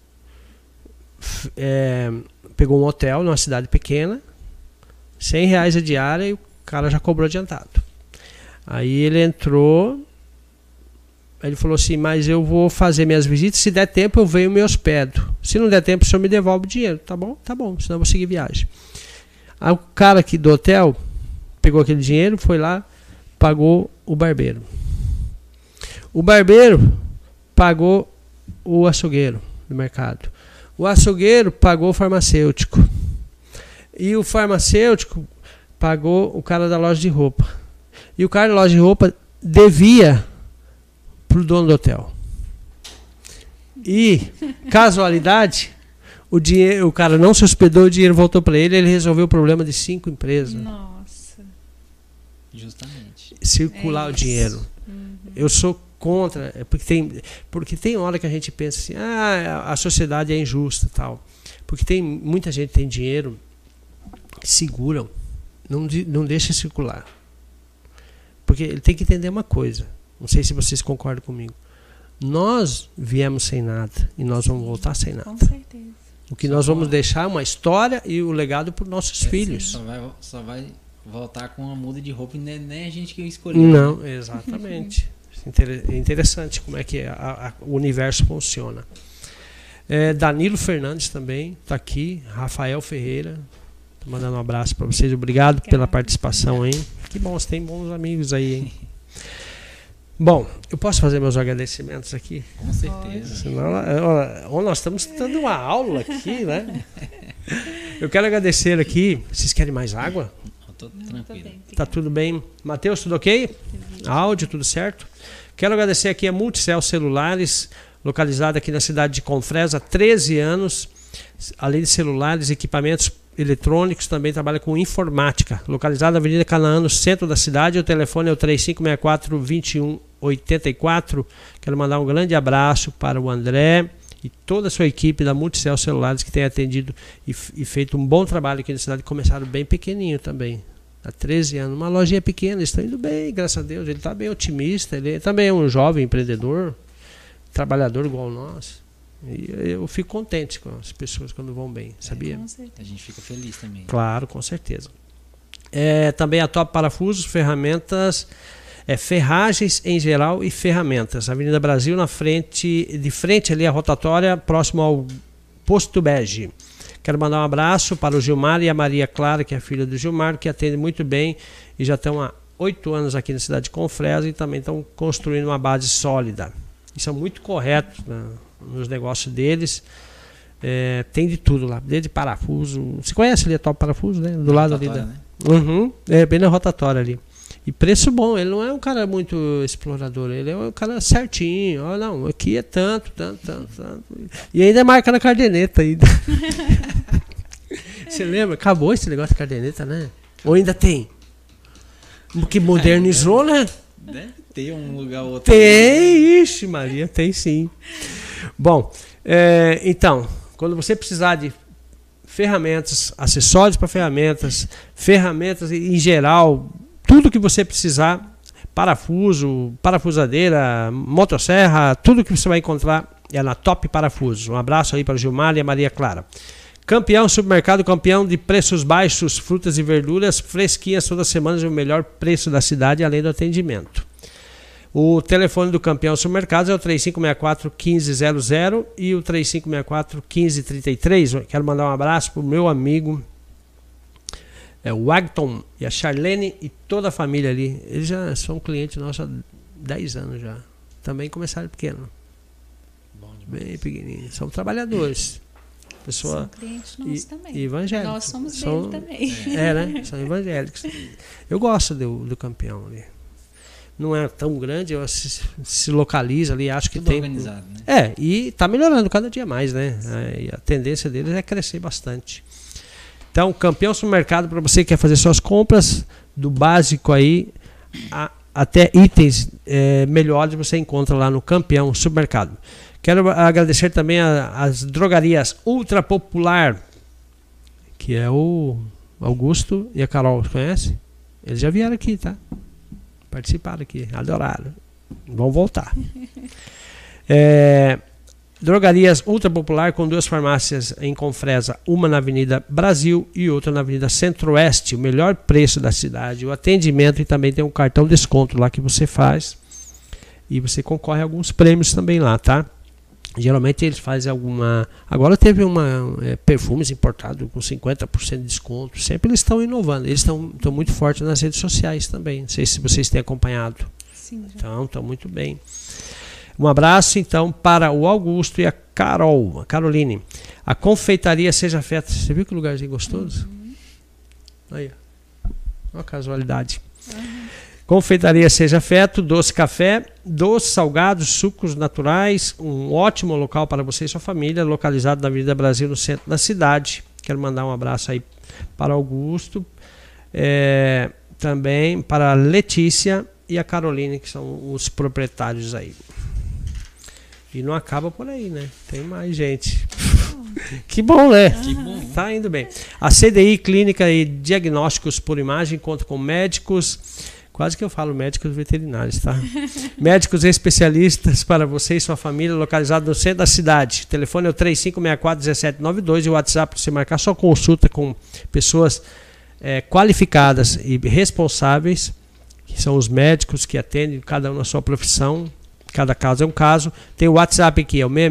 pegou um hotel numa cidade pequena, R$100 a diária e o cara já cobrou adiantado. Aí ele entrou, ele falou assim, mas eu vou fazer minhas visitas, se der tempo eu venho e me hospedo. Se não der tempo o senhor me devolve o dinheiro. Tá bom, senão eu vou seguir viagem. Aí o cara aqui do hotel pegou aquele dinheiro, foi lá, pagou o barbeiro. O barbeiro pagou o açougueiro do mercado. O açougueiro pagou o farmacêutico. E o farmacêutico pagou o cara da loja de roupa. E o cara da loja de roupa devia pro dono do hotel. E, casualidade, o cara não se hospedou, o dinheiro voltou para ele resolveu o problema de 5 empresas. Nossa. Justamente. Circular o dinheiro. Eu sou contra, porque tem hora que a gente pensa assim, a sociedade é injusta, tal. Porque tem muita gente que tem dinheiro, seguram, não deixa circular. Porque ele tem que entender uma coisa, não sei se vocês concordam comigo. Nós viemos sem nada e nós vamos voltar sem nada. Com certeza. O que nós vamos deixar é uma história e o legado para os nossos filhos. Só vai voltar com uma muda de roupa e nem a gente que escolheu. Não, exatamente. É interessante como é que o universo funciona. Danilo Fernandes também está aqui. Rafael Ferreira. Estou mandando um abraço para vocês. Obrigado pela participação, hein? Que bom, você tem bons amigos aí, hein? Bom, eu posso fazer meus agradecimentos aqui? Com certeza. Senão, nós estamos dando uma aula aqui, né? Eu quero agradecer aqui. Vocês querem mais água? Eu tô tranquilo. Tá tudo bem? Matheus, tudo ok? Áudio, tudo certo? Quero agradecer aqui a Multicel Celulares, localizada aqui na cidade de Confresa há 13 anos. Além de celulares, equipamentos eletrônicos, também trabalha com informática. Localizada na Avenida Canaã, no centro da cidade. O telefone é o 3564-2184. Quero mandar um grande abraço para o André e toda a sua equipe da Multicel Celulares, que tem atendido e feito um bom trabalho aqui na cidade. Começaram bem pequenininho também, há 13 anos. Uma lojinha pequena, eles estão indo bem, graças a Deus. Ele está bem otimista, ele também é um jovem empreendedor, trabalhador igual nós. E eu fico contente com as pessoas quando vão bem, sabia? Com certeza. A gente fica feliz também. Claro, com certeza. Também a Top Parafusos, ferramentas, ferragens em geral e ferramentas. Avenida Brasil, de frente ali a rotatória, próximo ao Posto Bege. Quero mandar um abraço para o Gilmar e a Maria Clara, que é a filha do Gilmar, que atende muito bem e já estão há 8 anos aqui na cidade de Confresa e também estão construindo uma base sólida. E são muito corretos, né, nos negócios deles. Tem de tudo lá, desde parafuso. Você conhece ali a Top Parafuso, né? Do lado ali da... Né? Uhum, bem na rotatória ali. E preço bom, ele não é um cara muito explorador, ele é um cara certinho. Ó, não, aqui é tanto. E ainda é marca na caderneta ainda. Você lembra? Acabou esse negócio de caderneta, né? Ou ainda tem? Que modernizou, né? Deve ter um lugar ou outro. Tem, ixi, Maria, tem sim. Bom, então, quando você precisar de ferramentas, acessórios para ferramentas em geral, tudo que você precisar, parafuso, parafusadeira, motosserra, tudo que você vai encontrar é na Top Parafusos. Um abraço aí para o Gilmar e a Maria Clara. Campeão Supermercado, campeão de preços baixos, frutas e verduras fresquinhas todas as semanas, o melhor preço da cidade, além do atendimento. O telefone do Campeão Supermercados é o 3564-1500 e o 3564-1533. Quero mandar um abraço para o meu amigo o Agton e a Charlene e toda a família ali. Eles já são clientes nossos há 10 anos já. Também começaram pequeno. Bom demais. Bem pequenininho. São trabalhadores. Pessoa, são clientes nossos também. Evangélicos. Nós somos dele também. Né? São evangélicos. Eu gosto do Campeão ali. Não é tão grande, se localiza ali, acho que tudo tem. Organizado, né? E está melhorando cada dia mais, né? A tendência deles é crescer bastante. Então, Campeão Supermercado, para você que quer fazer suas compras, do básico aí até itens melhores, você encontra lá no Campeão Supermercado. Quero agradecer também as drogarias Ultra Popular, que é o Augusto e a Carol, conhece? Eles já vieram aqui, tá? Participaram aqui, adoraram. Vão voltar. Drogarias Ultra Popular com 2 farmácias em Confresa, uma na Avenida Brasil e outra na Avenida Centro-Oeste. O melhor preço da cidade, o atendimento, e também tem um cartão desconto lá que você faz. E você concorre a alguns prêmios também lá, tá? Geralmente eles fazem alguma... Agora teve perfumes importados com 50% de desconto. Sempre eles estão inovando. Eles estão muito fortes nas redes sociais também. Não sei se vocês têm acompanhado. Sim, já. Então, estão muito bem. Um abraço, então, para o Augusto e a Carol, a Caroline. A confeitaria Seja Feto. Você viu que lugarzinho gostoso? Aí, ó. Uma casualidade. Confeitaria Seja Feto, doce café, doces salgados, sucos naturais, um ótimo local para você e sua família, localizado na Avenida Brasil, no centro da cidade. Quero mandar um abraço aí para Augusto, também para a Letícia e a Caroline, que são os proprietários aí. E não acaba por aí, né? Tem mais gente. Que bom, né? Que bom. Tá indo bem. A CDI Clínica e Diagnósticos por Imagem conta com médicos... Quase que eu falo médicos veterinários, tá? Médicos especialistas para você e sua família, localizado no centro da cidade. O telefone é o 3564-1792 e o WhatsApp para você marcar sua consulta com pessoas qualificadas e responsáveis, que são os médicos que atendem cada um na sua profissão. Cada caso é um caso. Tem o WhatsApp aqui, é o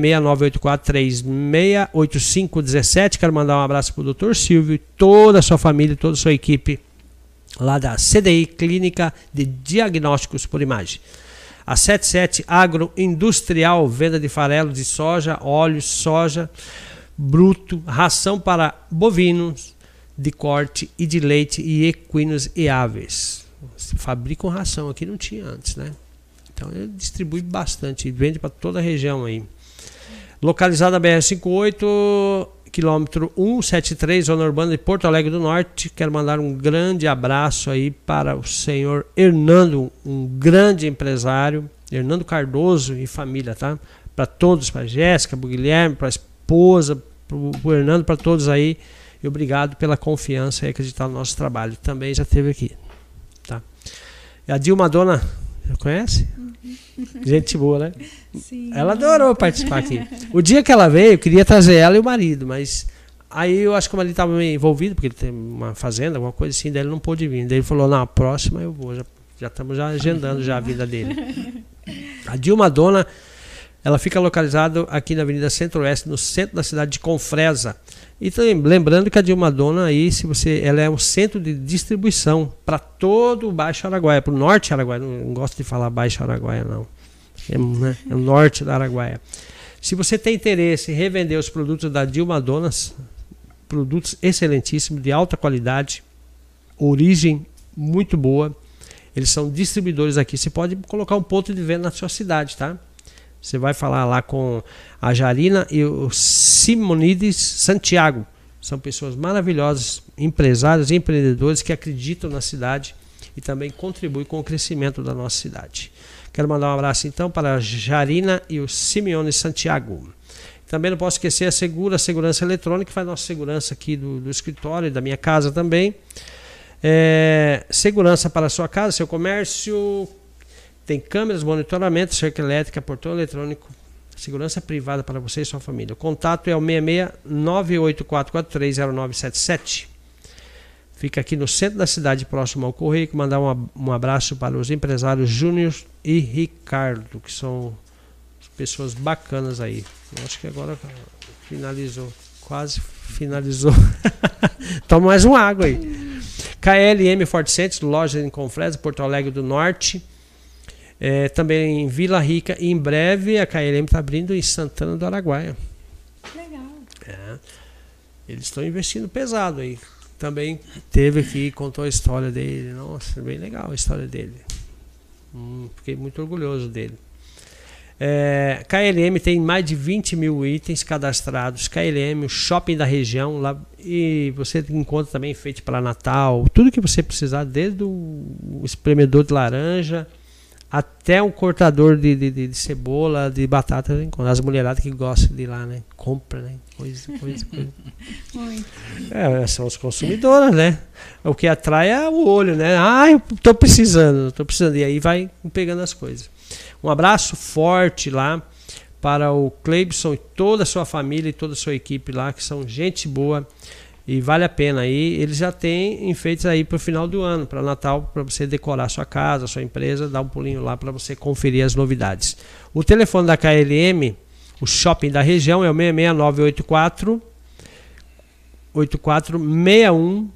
66984368517. Quero mandar um abraço para o Dr. Silvio e toda a sua família, toda a sua equipe lá da CDI Clínica de Diagnósticos por Imagem. A 77 Agroindustrial, venda de farelos de soja, óleo, soja bruto, ração para bovinos de corte e de leite e equinos e aves. Fabricam ração, aqui não tinha antes, né? Então ele distribui bastante, vende para toda a região aí. Localizado na BR-58, quilômetro 173, zona urbana de Porto Alegre do Norte. Quero mandar um grande abraço aí para o senhor Hernando, um grande empresário, Hernando Cardoso e família, tá? Para todos, para a Jéssica, para o Guilherme, para a esposa, para o Hernando, para todos aí. E obrigado pela confiança e acreditar no nosso trabalho. Também já esteve aqui, tá? E a Dilma Dona Conhece? Gente boa, né? Sim. Ela adorou participar aqui. O dia que ela veio, eu queria trazer ela e o marido, mas aí eu acho que o marido estava meio envolvido, porque ele tem uma fazenda, alguma coisa assim, daí ele não pôde vir. Daí ele falou, na próxima eu vou, já estamos já agendando já a vida dele. A Dilma Dona, ela fica localizada aqui na Avenida Centro-Oeste, no centro da cidade de Confresa. E também, lembrando que a Dilma Dona aí, ela é um centro de distribuição para todo o Baixo Araguaia, para o Norte Araguaia. Não gosto de falar Baixo Araguaia, não. É o Norte da Araguaia. Se você tem interesse em revender os produtos da Dilma Donas, produtos excelentíssimos, de alta qualidade, origem muito boa, eles são distribuidores aqui. Você pode colocar um ponto de venda na sua cidade, tá? Você vai falar lá com a Jarina e o Simonides Santiago. São pessoas maravilhosas, empresários e empreendedores que acreditam na cidade e também contribuem com o crescimento da nossa cidade. Quero mandar um abraço então para a Jarina e o Simeone Santiago. Também não posso esquecer a Segurança Eletrônica, que faz nossa segurança aqui do escritório e da minha casa também. Segurança para a sua casa, seu comércio. Tem câmeras, monitoramento, cerca elétrica, portão eletrônico, segurança privada para você e sua família. O contato é o 66-984430977. Fica aqui no centro da cidade, próximo ao Correio. Mandar um abraço para os empresários Júnior e Ricardo, que são pessoas bacanas aí. Eu acho que agora finalizou, quase finalizou. Toma mais uma água aí. KLM Forte Centros, loja em Confresa, Porto Alegre do Norte. Também em Vila Rica, e em breve a KLM está abrindo em Santana do Araguaia. Legal. Eles estão investindo pesado aí. Também teve aqui, contou a história dele. Nossa, bem legal a história dele. Fiquei muito orgulhoso dele. KLM tem mais de 20 mil itens cadastrados. KLM, o shopping da região lá, e você encontra também enfeite para Natal, tudo que você precisar, desde o espremedor de laranja até um cortador de cebola, de batata. As mulheradas que gostam de ir lá, né? Compra, né? Coisa. Muito. São as consumidoras, né? O que atrai é o olho, né? Eu tô precisando. E aí vai pegando as coisas. Um abraço forte lá para o Cleibson e toda a sua família e toda a sua equipe lá, que são gente boa. E vale a pena aí. Eles já têm enfeites aí para o final do ano, para Natal, para você decorar sua casa, sua empresa, dar um pulinho lá para você conferir as novidades. O telefone da KLM, o shopping da região, é o 66984 8461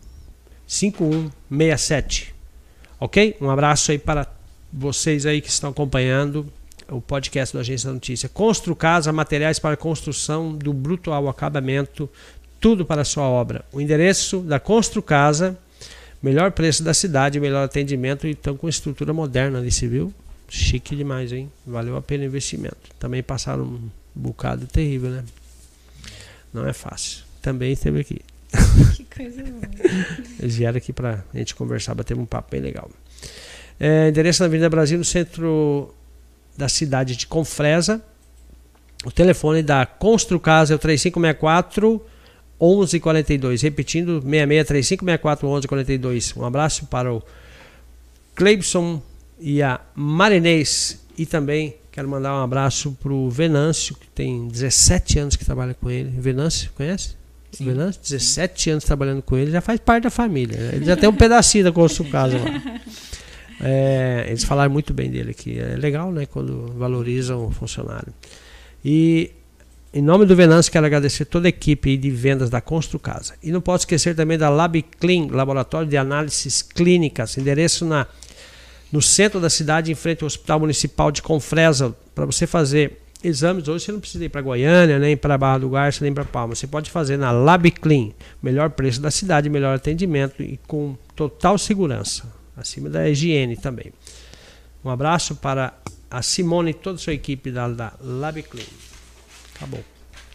5167. Ok? Um abraço aí para vocês aí que estão acompanhando o podcast do Agência da Notícia. Constru Casa, materiais para construção do bruto ao acabamento, tudo para a sua obra. O endereço da Constru Casa, melhor preço da cidade, melhor atendimento, e então com estrutura moderna ali, você viu? Chique demais, hein? Valeu a pena o investimento. Também passaram um bocado terrível, né? Não é fácil. Também esteve aqui. Que coisa boa. Eles vieram aqui para a gente conversar, bater um papo bem legal. Endereço na Avenida Brasil, no centro da cidade de Confresa. O telefone da Constru Casa é o 3564 1142, repetindo, 66-3564-1142. Um abraço para o Cleibson e a Marinês. E também quero mandar um abraço para o Venâncio, que tem 17 anos que trabalha com ele. Venâncio, conhece? Sim. Venâncio, 17 anos trabalhando com ele, já faz parte da família, né? Ele já tem um pedacinho da Constru Casa lá. Eles falaram muito bem dele aqui. É legal, né, quando valorizam o funcionário. E em nome do Venâncio, quero agradecer toda a equipe de vendas da Constru Casa. E não posso esquecer também da LabClean, Laboratório de Análises Clínicas, endereço no centro da cidade, em frente ao Hospital Municipal de Confresa, para você fazer exames. Hoje você não precisa ir para Goiânia, nem para Barra do Garça, nem para Palma. Você pode fazer na LabClean, melhor preço da cidade, melhor atendimento e com total segurança, acima da higiene também. Um abraço para a Simone e toda a sua equipe da LabClean. Acabou.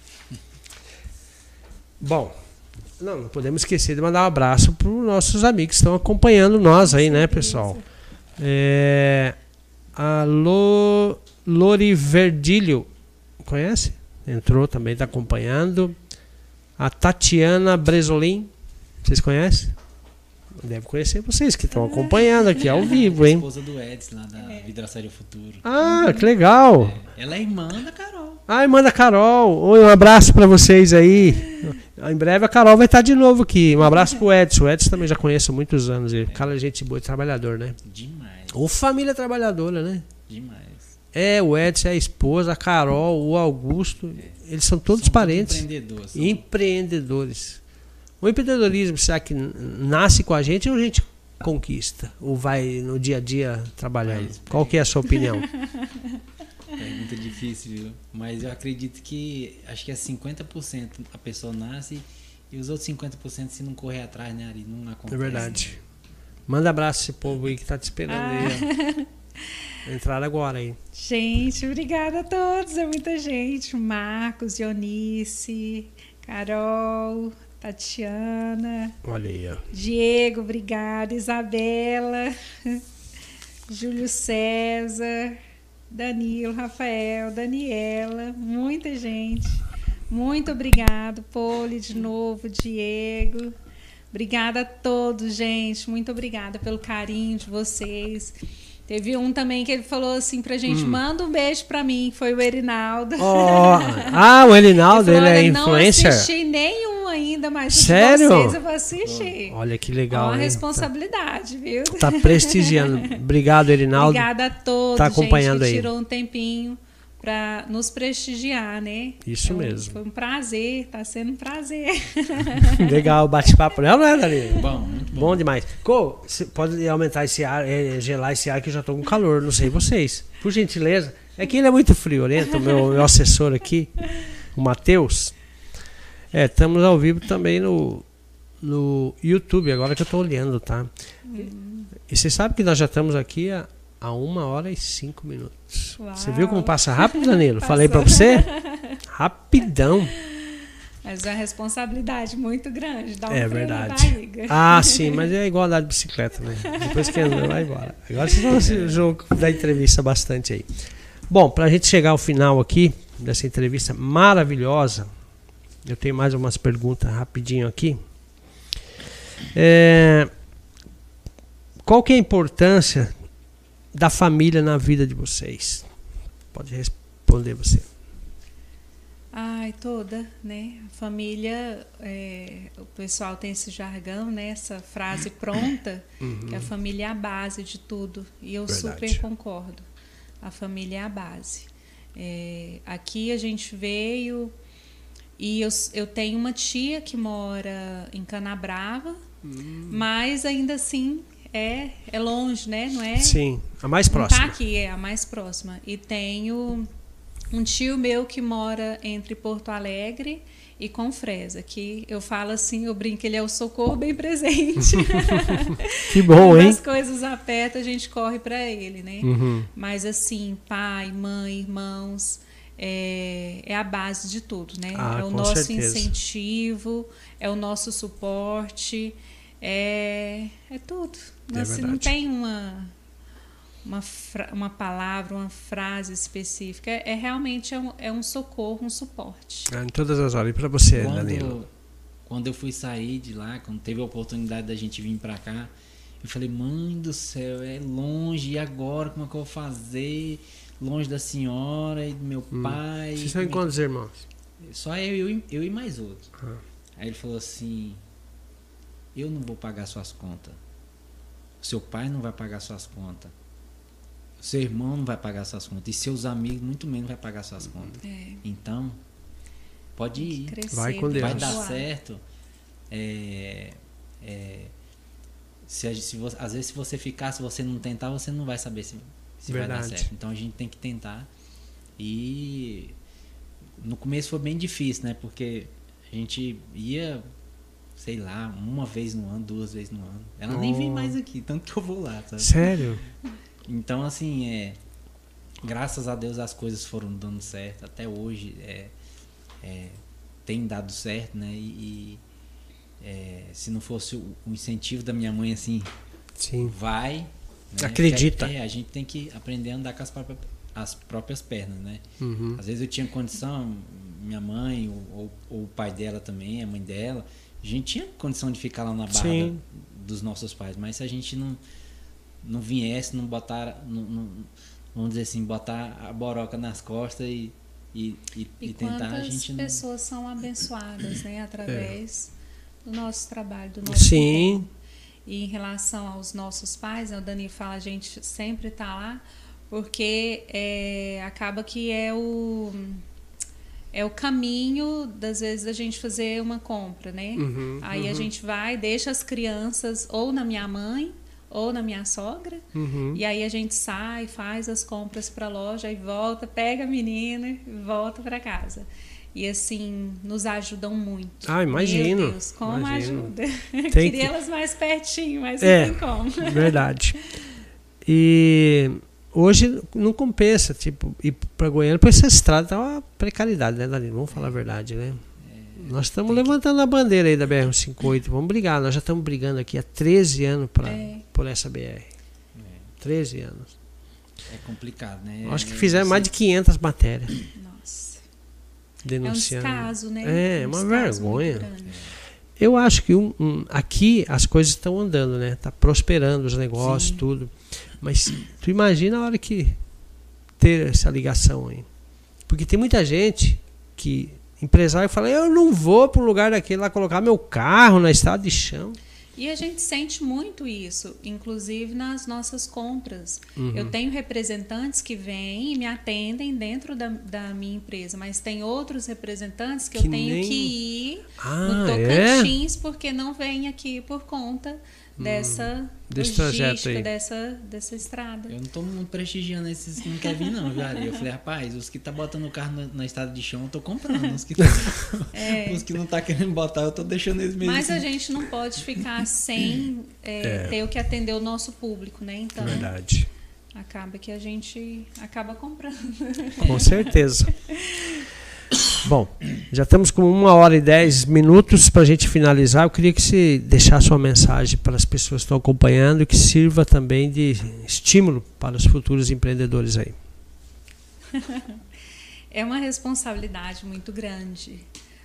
Bom, não podemos esquecer de mandar um abraço para os nossos amigos que estão acompanhando nós aí, né, pessoal? A Lori Verdilho, conhece? Entrou também, está acompanhando. A Tatiana Bresolin, vocês conhecem? Deve conhecer vocês que estão acompanhando aqui ao vivo, hein? Esposa do Edson, lá da Vidraçaria Futuro. Ah, que legal. Ela é irmã da Carol. Ah, irmã da Carol. Oi, um abraço pra vocês aí. Em breve a Carol vai estar de novo aqui. Um abraço pro Edson. O Edson também já conheço há muitos anos. Ele, cara, gente boa e trabalhador, né? Demais. Ou família trabalhadora, né? Demais. É, o Edson é a esposa, a Carol, o Augusto. Eles são todos parentes. Empreendedores. Empreendedores. O empreendedorismo, será que nasce com a gente ou a gente conquista? Ou vai no dia a dia trabalhando? Qual que é a sua opinião? Pergunta difícil, viu? Mas eu acredito que acho que é 50% a pessoa nasce e os outros 50% se não correr atrás, né, Ari? Não acontece. É verdade. Manda abraço esse povo aí que tá te esperando aí. Ó. Entraram agora aí. Gente, obrigada a todos. É muita gente. Marcos, Dionice, Carol, Tatiana. Olha aí, ó. Diego, obrigada. Isabela, Júlio César, Danilo, Rafael, Daniela, muita gente. Muito obrigado, Poli, de novo, Diego. Obrigada a todos, gente. Muito obrigada pelo carinho de vocês. Teve um também que ele falou assim pra gente, manda um beijo pra mim, foi o Erinaldo. O Erinaldo, ele é influencer? Não assisti nenhum ainda, mas sério? vocês eu vou assistir. Olha que legal, uma hein? responsabilidade, viu? Tá prestigiando. Obrigado, Erinaldo. Obrigada a todos, tá acompanhando gente, que aí. tirou um tempinho para nos prestigiar, né? Isso mesmo. Foi um prazer, tá sendo um prazer. Legal, bate-papo. Não é, Danilo? Bom, muito bom. Bom demais. Você pode aumentar esse ar, gelar esse ar que eu já tô com calor, não sei vocês. Por gentileza. É que ele é muito friorento, meu assessor aqui, o Matheus. Estamos ao vivo também no YouTube, agora que eu tô olhando, tá? E você sabe que nós já estamos aqui a 1h05. Uau. Você viu como passa rápido, Danilo? Falei pra você? Rapidão. Mas é uma responsabilidade muito grande. Dá um É frio verdade. na barriga. Ah, sim, mas é igual andar de bicicleta, né? Depois que anda, vai embora. Agora vocês vão jogo da entrevista bastante aí. Bom, pra gente chegar ao final aqui, dessa entrevista maravilhosa, eu tenho mais umas perguntas rapidinho aqui. Qual que é a importância da família na vida de vocês? Pode responder você. Ai, toda, né? A família, o pessoal tem esse jargão, né? Essa frase pronta, que a família é a base de tudo. E eu super concordo. A família é a base. Aqui a gente veio e eu tenho uma tia que mora em Canabrava, mas ainda assim é longe, né? Não é? Sim, a mais próxima. Não tá aqui, é a mais próxima. E tenho um tio meu que mora entre Porto Alegre e Confresa, que eu falo assim, eu brinco, ele é o socorro bem presente. Que bom, hein? As coisas apertam, a gente corre para ele, né? Mas assim, pai, mãe, irmãos, é a base de tudo, né? É o nosso incentivo, é o nosso suporte, é tudo. Assim, não tem uma palavra, uma frase específica. Realmente um socorro, um suporte. Em todas as horas. E para você, Danilo? Quando eu fui sair de lá, quando teve a oportunidade da gente vir para cá, eu falei, mãe do céu, é longe, e agora como é que eu vou fazer? Longe da senhora e do meu pai. Vocês são em quantos irmãos? Só eu e mais outro. Aí ele falou assim, eu não vou pagar suas contas. Seu pai não vai pagar suas contas. Seu irmão não vai pagar suas contas. E seus amigos, muito menos, vai pagar suas contas. Então, pode ir. Vai com Deus. Vai dar certo. Às vezes, se você ficar, se você não tentar, você não vai saber se vai dar certo. Então, a gente tem que tentar. E no começo foi bem difícil, né? Porque a gente ia, sei lá, uma vez no ano, 2 vezes no ano. Ela nem vem mais aqui, tanto que eu vou lá, sabe? Sério? Então, assim, graças a Deus as coisas foram dando certo. Até hoje tem dado certo, né? E se não fosse o incentivo da minha mãe, assim, sim, vai. Né? Acredita. A gente tem que aprender a andar com as próprias pernas, né? Às vezes eu tinha condição, minha mãe ou o pai dela também, a mãe dela, a gente tinha condição de ficar lá na barra dos nossos pais. Mas se a gente não viesse, não botar, vamos dizer assim, botar a boroca nas costas e tentar, a gente não... pessoas são abençoadas, né, através do nosso trabalho, do nosso Sim. empenho. E em relação aos nossos pais, né, o Danilo fala, a gente sempre está lá, porque acaba que é o caminho, das vezes, da gente fazer uma compra, né? Aí a gente vai, deixa as crianças ou na minha mãe ou na minha sogra, e aí a gente sai, faz as compras para a loja e volta, pega a menina e volta para casa. E assim, nos ajudam muito. Ah, imagino. Meu Deus, como ajuda. Tem Queria elas mais pertinho, mas não tem como. Verdade. E hoje não compensa, tipo, ir para Goiânia, porque essa estrada tá uma precariedade, né, Danilo? Vamos falar a verdade, né? Nós estamos levantando a bandeira aí da BR-158, vamos brigar. Nós já estamos brigando aqui há 13 anos por essa BR. 13 anos. É complicado, né? Acho que fizeram mais de 500 matérias. Nossa. Denunciando. É um descaso, né? É uma vergonha. Eu acho que aqui as coisas estão andando, né? Tá prosperando os negócios, tudo. Mas tu imagina a hora que ter essa ligação aí. Porque tem muita gente que, empresário, fala, eu não vou para um lugar daquele lá colocar meu carro na estrada de chão. E a gente sente muito isso, inclusive nas nossas compras. Eu tenho representantes que vêm e me atendem dentro da minha empresa, mas tem outros representantes que eu tenho que ir no Tocantins porque não vêm aqui por conta desse trajeto aí. Dessa estrada. Eu não tô muito prestigiando esses que não querem vir, não, viu? Eu falei, rapaz, os que tá botando o carro na estrada de chão, eu tô comprando. Os que não tá querendo botar, eu tô deixando eles mesmo. Mas assim. a gente não pode ficar sem ter o que atender o nosso público, né? Então, verdade. Acaba que a gente acaba comprando. Com certeza. Bom, já estamos com 1h10 para a gente finalizar. Eu queria que você deixasse uma mensagem para as pessoas que estão acompanhando e que sirva também de estímulo para os futuros empreendedores aí. É uma responsabilidade muito grande,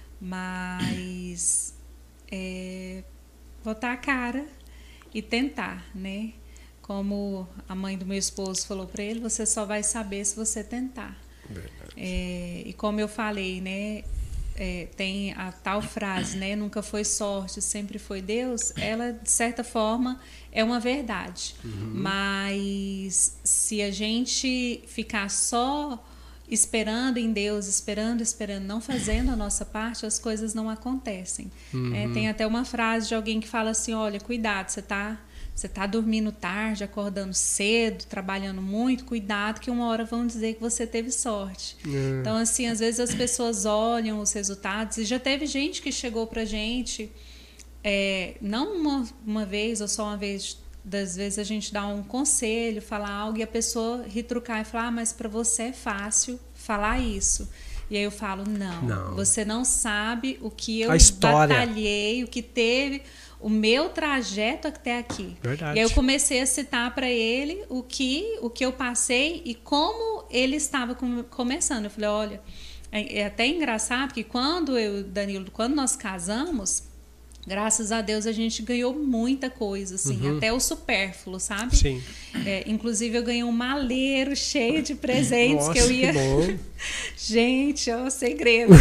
mas botar a cara e tentar, né? Como a mãe do meu esposo falou para ele, você só vai saber se você tentar. E como eu falei, né, tem a tal frase, né, nunca foi sorte, sempre foi Deus. Ela, de certa forma, é uma verdade. Mas se a gente ficar só esperando em Deus, esperando, não fazendo a nossa parte, as coisas não acontecem. Tem até uma frase de alguém que fala assim, olha, cuidado, você tá dormindo tarde, acordando cedo, trabalhando muito, cuidado que uma hora vão dizer que você teve sorte. Então, assim, às vezes as pessoas olham os resultados, e já teve gente que chegou pra gente, não uma vez ou só uma vez, das vezes a gente dá um conselho, falar algo e a pessoa retrucar e falar, mas para você é fácil falar isso. E aí eu falo, não. Você não sabe o que eu batalhei, o que teve... o meu trajeto até aqui. Verdade. E aí eu comecei a citar para ele o que eu passei e como ele estava começando. Eu falei, olha, é até engraçado que quando nós casamos, graças a Deus a gente ganhou muita coisa, assim, até o supérfluo, sabe? Sim. Inclusive eu ganhei um maleiro cheio de presentes. Nossa, que eu ia... que bom. Gente, é um segredo.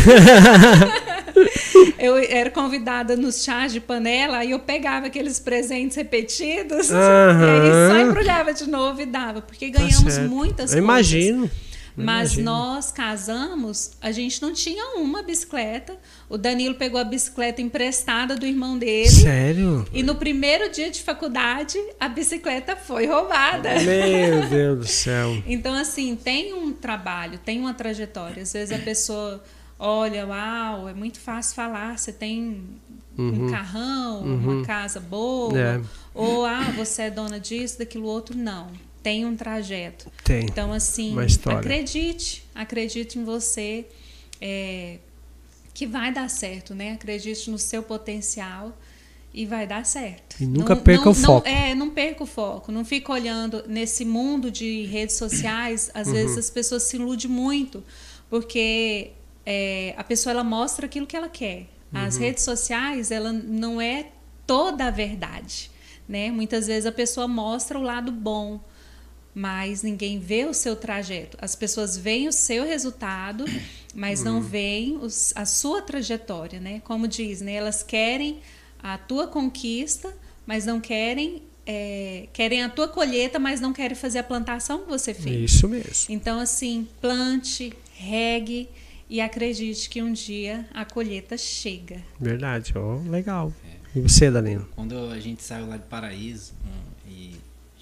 Eu era convidada nos chás de panela e eu pegava aqueles presentes repetidos e aí só embrulhava de novo e dava, porque ganhamos muitas coisas. Imagino. Mas nós casamos, a gente não tinha uma bicicleta. O Danilo pegou a bicicleta emprestada do irmão dele. Sério? E no primeiro dia de faculdade, a bicicleta foi roubada. Meu Deus do céu. Então, assim, tem um trabalho, tem uma trajetória. Às vezes a pessoa olha, uau, é muito fácil falar, você tem um carrão, uma casa boa, ou você é dona disso, daquilo outro. Não. Tem um trajeto. Tem. Então, assim, acredite em você, que vai dar certo, né? Acredite no seu potencial e vai dar certo. E nunca perca o foco. Não perca o foco. Não fica olhando nesse mundo de redes sociais. Às vezes as pessoas se iludem muito, porque a pessoa ela mostra aquilo que ela quer. As redes sociais, ela não é toda a verdade. né? Muitas vezes a pessoa mostra o lado bom, mas ninguém vê o seu trajeto. As pessoas veem o seu resultado, mas não veem a sua trajetória, né? Como diz, né? Elas querem a tua conquista, mas não querem querem a tua colheita, mas não querem fazer a plantação que você fez. Isso mesmo. Então, assim, plante, regue e acredite que um dia a colheita chega. Verdade, legal. E você, Danilo? Quando a gente saiu lá de Paraíso, e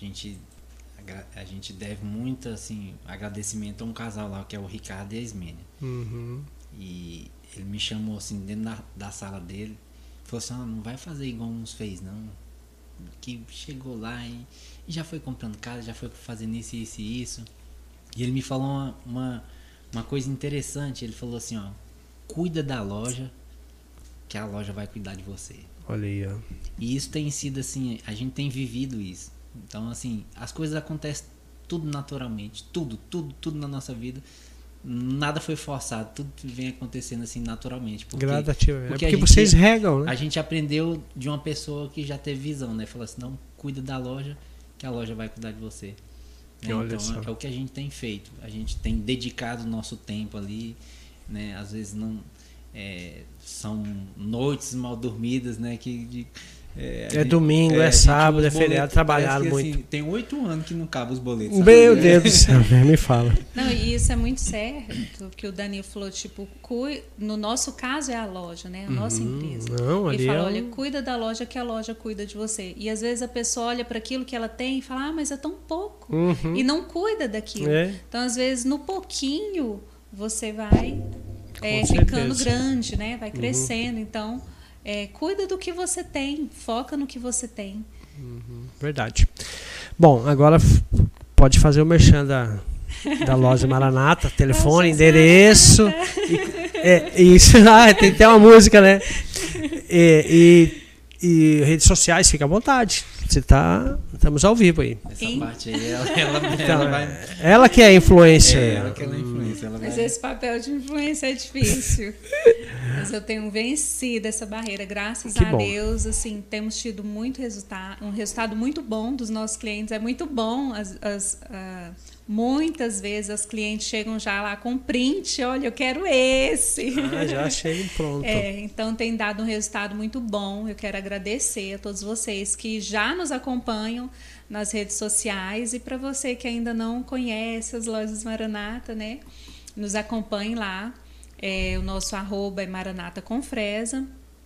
a gente deve muito assim, agradecimento a um casal lá, que é o Ricardo e a Ismênia. E ele me chamou assim, dentro da sala dele, falou assim: não vai fazer igual uns fez, não. Que chegou lá e já foi comprando casa, já foi fazendo isso, isso e isso. E ele me falou uma coisa interessante. Ele falou assim: cuida da loja, que a loja vai cuidar de você. Olha aí, ó. E isso tem sido assim, a gente tem vivido isso. Então, assim, as coisas acontecem tudo naturalmente, tudo na nossa vida. Nada foi forçado, tudo vem acontecendo assim naturalmente. Gradativamente. Porque vocês regam, né? A gente aprendeu de uma pessoa que já teve visão, né? Falou assim: não, cuida da loja, que a loja vai cuidar de você. Né? Então, é o que a gente tem feito. A gente tem dedicado o nosso tempo ali, né? Às vezes não são noites mal dormidas, né? Domingo, é sábado, é feriado, trabalharam muito. Assim, tem 8 anos que não cabe os boletos. Sabe? Meu Deus do céu, me fala. Não, e isso é muito certo, que o Danilo falou, tipo, no nosso caso é a loja, né? A nossa empresa. Não, ele fala, olha, cuida da loja, que a loja cuida de você. E às vezes a pessoa olha para aquilo que ela tem e fala, mas é tão pouco. E não cuida daquilo. Então, às vezes, no pouquinho, você vai ficando grande, né? Vai crescendo. Então, cuida do que você tem, foca no que você tem. Verdade. Bom, agora pode fazer o merchan da loja Maranata, telefone, endereço. Isso, tem até uma música, né? E redes sociais, fica à vontade. Estamos ao vivo aí. Essa parte aí, ela que é a influência. Ela que é a influência. Mas esse papel de influência é difícil. Mas eu tenho vencido essa barreira, graças a Deus. Assim, temos tido um resultado muito bom dos nossos clientes. É muito bom. Muitas vezes as clientes chegam já lá com print, olha, eu quero esse. Já chegam pronto. Então tem dado um resultado muito bom. Eu quero agradecer a todos vocês que já nos acompanham nas redes sociais, e para você que ainda não conhece as lojas Maranata, né? Nos acompanhe lá. O nosso @ é Maranata com Fresa.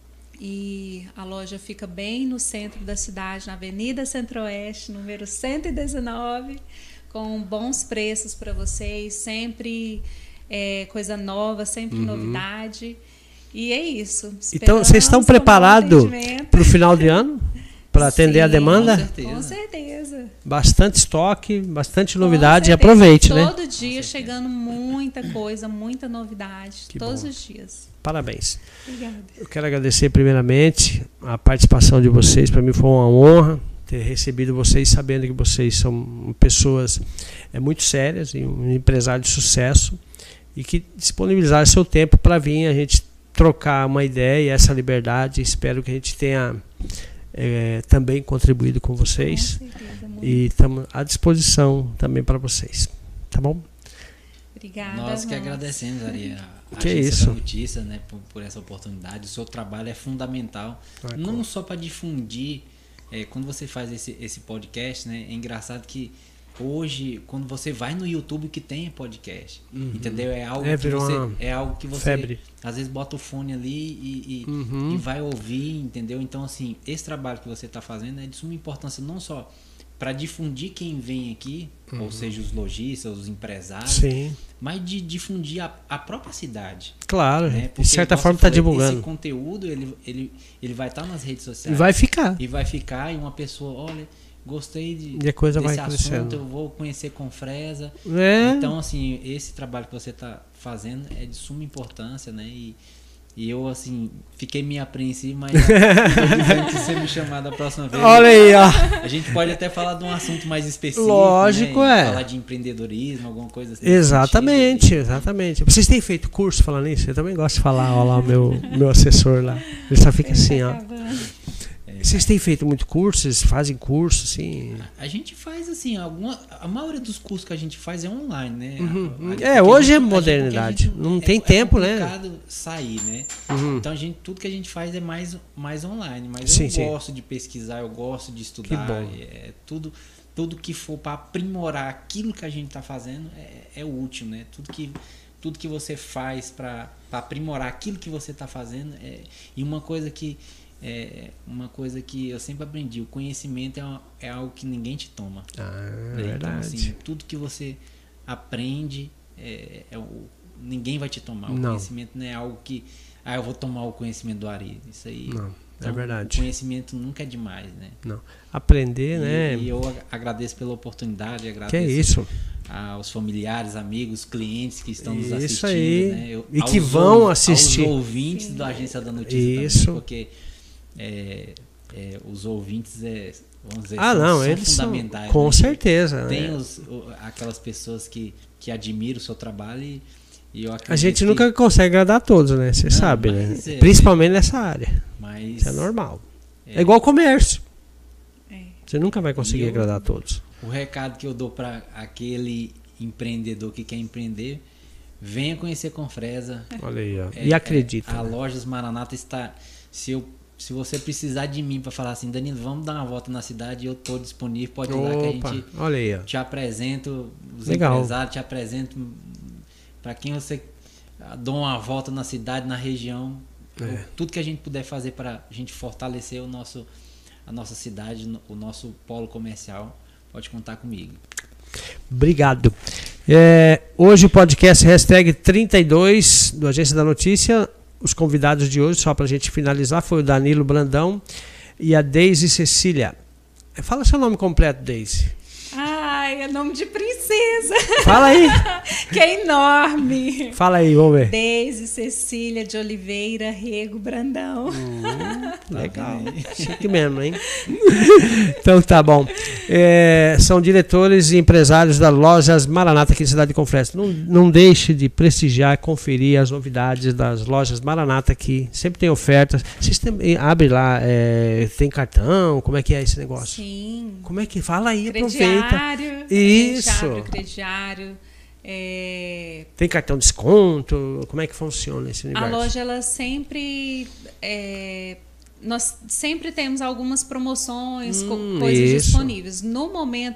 E a loja fica bem no centro da cidade, na Avenida Centro-Oeste, número 119, com bons preços para vocês, sempre coisa nova, sempre novidade. E é isso. Então, vocês estão preparados para o final de ano? Para atender a demanda? Com certeza. Bastante estoque, bastante novidade. Aproveite, né? Todo dia chegando muita coisa, muita novidade. Todos os dias. Parabéns. Obrigada. Eu quero agradecer primeiramente a participação de vocês. Para mim foi uma honra ter recebido vocês, sabendo que vocês são pessoas muito sérias e um empresário de sucesso, e que disponibilizaram seu tempo para vir a gente trocar uma ideia e essa liberdade. Espero que a gente tenha também contribuído com vocês. Com certeza, e estamos à disposição também para vocês. Tá bom? Obrigada. Nós que agradecemos, Ari, a que Agência da Notícia, né, por essa oportunidade. O seu trabalho é fundamental, não só para difundir. Quando você faz esse podcast, né, é engraçado que hoje, quando você vai no YouTube, que tem podcast, entendeu? É algo que você febre. Às vezes bota o fone ali e vai ouvir, entendeu? Então, assim, esse trabalho que você está fazendo é de suma importância, não só para difundir quem vem aqui, ou seja, os lojistas, os empresários, mas de difundir a própria cidade. Claro, né? de certa forma está divulgando. Esse conteúdo, ele vai estar nas redes sociais. E vai ficar. E uma pessoa, olha, gostei coisa desse vai assunto, crescendo. eu vou conhecer com Fresa. Então, assim, esse trabalho que você está fazendo é de suma importância, né? E eu, assim, fiquei meio apreensivo, mas estou dizendo que você me chamar da próxima vez. Olha aí, ó. A gente pode até falar de um assunto mais específico. Lógico, né? Falar de empreendedorismo, alguma coisa assim. Exatamente. Vocês têm feito curso falando nisso? Eu também gosto de falar, olha lá o meu assessor lá. Ele só fica assim, ó. Vocês têm feito muito curso? Vocês fazem curso, assim? A gente faz assim, a maioria dos cursos que a gente faz é online, né? Hoje é modernidade. Não tem tempo, né? É complicado sair, né? Então tudo que a gente faz é mais online. Mas Sim, eu gosto de pesquisar, eu gosto de estudar. Que bom. Tudo que for para aprimorar aquilo que a gente está fazendo é útil, né? Tudo que você faz para aprimorar aquilo que você está fazendo e uma coisa que eu sempre aprendi, o conhecimento é algo que ninguém te toma. É né? verdade. Então, assim, tudo que você aprende ninguém vai te tomar. O conhecimento não é algo que eu vou tomar o conhecimento do Ari. Isso aí não. Então, é verdade. O conhecimento nunca é demais, né? Não. Aprender, né? E eu agradeço pela oportunidade, agradeço que é isso? aos familiares, amigos, clientes que estão nos Isso assistindo. aí. Né? E que vão assistir. Aos ouvintes da Agência da Notícia isso. também, porque os ouvintes, vamos dizer, são eles fundamentais. Com né? certeza. Tem né? aquelas pessoas que admiram o seu trabalho e eu acredito a gente nunca consegue agradar a todos, né? Você sabe, né? É, principalmente nessa área. Mas isso é normal. É igual comércio. É. Você nunca vai conseguir agradar a todos. O recado que eu dou para aquele empreendedor que quer empreender, venha conhecer Confresa. Olha aí, ó. E acredita. A Lojas Maranata está... Se você precisar de mim para falar assim, Danilo, vamos dar uma volta na cidade, eu estou disponível, pode ir lá que a gente olha aí, ó. te apresento os Legal. empresários, te apresento para quem você dá uma volta na cidade, na região. Tudo que a gente puder fazer para a gente fortalecer a nossa cidade, o nosso polo comercial, pode contar comigo. Obrigado. Hoje o podcast #32 do Agência da Notícia. Os convidados de hoje, só para a gente finalizar, foi o Danilo Brandão e a Deise Cecília. Fala seu nome completo, Deise. Ai, é nome de princesa. Fala aí. Que é enorme. Fala aí, vamos ver. Deise Cecília de Oliveira Rego Brandão. Legal. Chique mesmo, hein? Então tá bom. São diretores e empresários da Lojas Maranata aqui na cidade de Confresa. Não deixe de prestigiar, conferir as novidades das Lojas Maranata aqui. Sempre tem ofertas. Vocês abrem lá, tem cartão? Como é que é esse negócio? Sim. Como é que fala aí? Crediário. Isso. A gente abre o crediário. Tem cartão de desconto? Como é que funciona esse universo? A loja, ela sempre... nós sempre temos algumas promoções, coisas disponíveis. No momento,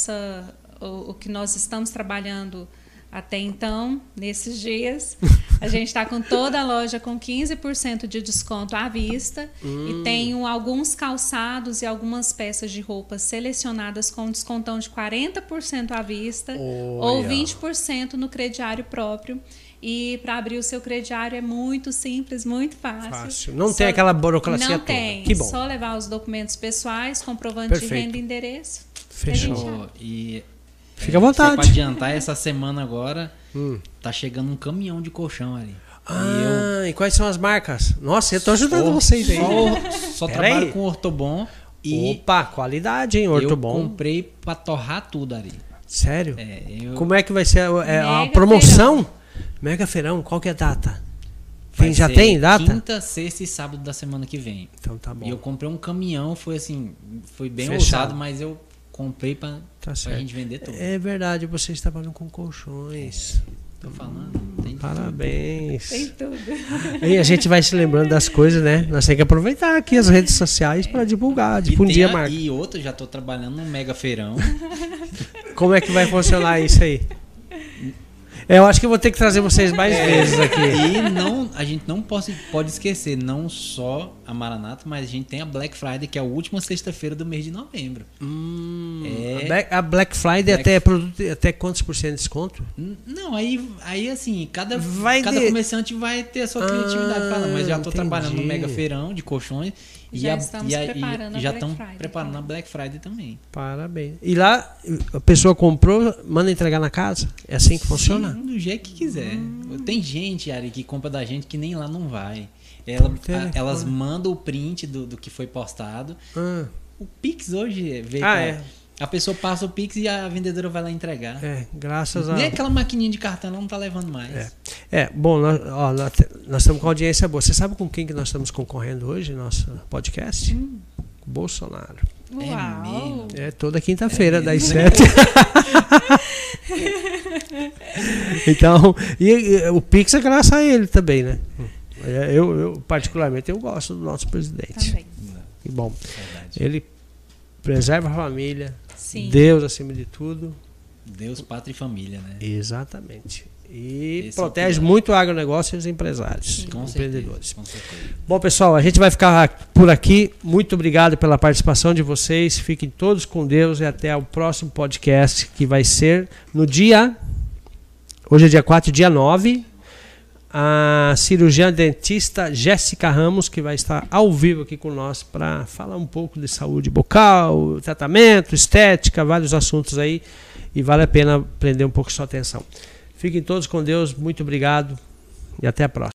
o que nós estamos trabalhando até então, nesses dias, a gente está com toda a loja com 15% de desconto à vista e tem alguns calçados e algumas peças de roupa selecionadas com descontão de 40% à vista ou 20% no crediário próprio. E para abrir o seu crediário é muito simples, muito fácil. Não tem aquela burocracia não toda. Tem. Que bom. Só levar os documentos pessoais, comprovante de renda e endereço. Fechou. Fica à Só vontade. para adiantar, essa semana agora tá chegando um caminhão de colchão ali. E quais são as marcas? Nossa, eu tô ajudando vocês aí. Só trabalho com Ortobon. Opa, qualidade, hein, Ortobon. Eu comprei para torrar tudo ali. Sério? Como é que vai ser a promoção? Feirão. Mega Feirão, qual que é a data? Já tem data? Quinta, sexta e sábado da semana que vem. Então tá bom. E eu comprei um caminhão, foi bem ousado, mas eu comprei para a gente vender tudo. É verdade, vocês trabalham com colchões. Tô falando, tem parabéns. Tem tudo. E a gente vai se lembrando das coisas, né? Nós temos que aproveitar aqui as redes sociais para divulgar, difundir a marca. E outra, já tô trabalhando no Mega Feirão. Como é que vai funcionar isso aí? Eu acho que eu vou ter que trazer vocês mais vezes aqui. E a gente não pode esquecer, não só a Maranata, mas a gente tem a Black Friday, que é a última sexta-feira do mês de novembro. A Black Friday até quantos por cento de desconto? Não, aí assim, cada comerciante vai ter a sua criatividade falando, mas já estou trabalhando no Mega Feirão de colchões e já estamos preparando a Black Friday também. Parabéns. E lá a pessoa comprou, manda entregar na casa? É assim que funciona? Sim, do jeito que quiser. Tem gente, Ari, que compra da gente que nem lá não vai. Elas mandam o print do que foi postado. O Pix hoje veio a pessoa passa o Pix e a vendedora vai lá entregar. Graças a... Nem aquela maquininha de cartão ela não tá levando mais. Bom, nós estamos com audiência boa. Você sabe com quem que nós estamos concorrendo hoje, nosso podcast? Bolsonaro. Uau! É toda quinta-feira, das 7. Então, e o Pix é graças a ele também, né? Eu particularmente, eu gosto do nosso presidente. Também. Que bom. Verdade. Ele preserva a família, Sim. Deus acima de tudo. Deus, pátria e família, né? Exatamente. E Esse é o protege pilar. muito o agronegócio e os empresários, Com empreendedores. certeza, com certeza. Bom, pessoal, a gente vai ficar por aqui. Muito obrigado pela participação de vocês. Fiquem todos com Deus e até o próximo podcast, que vai ser no dia... Hoje é dia 4, dia 9. A cirurgiã dentista Jéssica Ramos, que vai estar ao vivo aqui com nós para falar um pouco de saúde bucal, tratamento, estética, vários assuntos aí. E vale a pena prender um pouco sua atenção. Fiquem todos com Deus. Muito obrigado e até a próxima.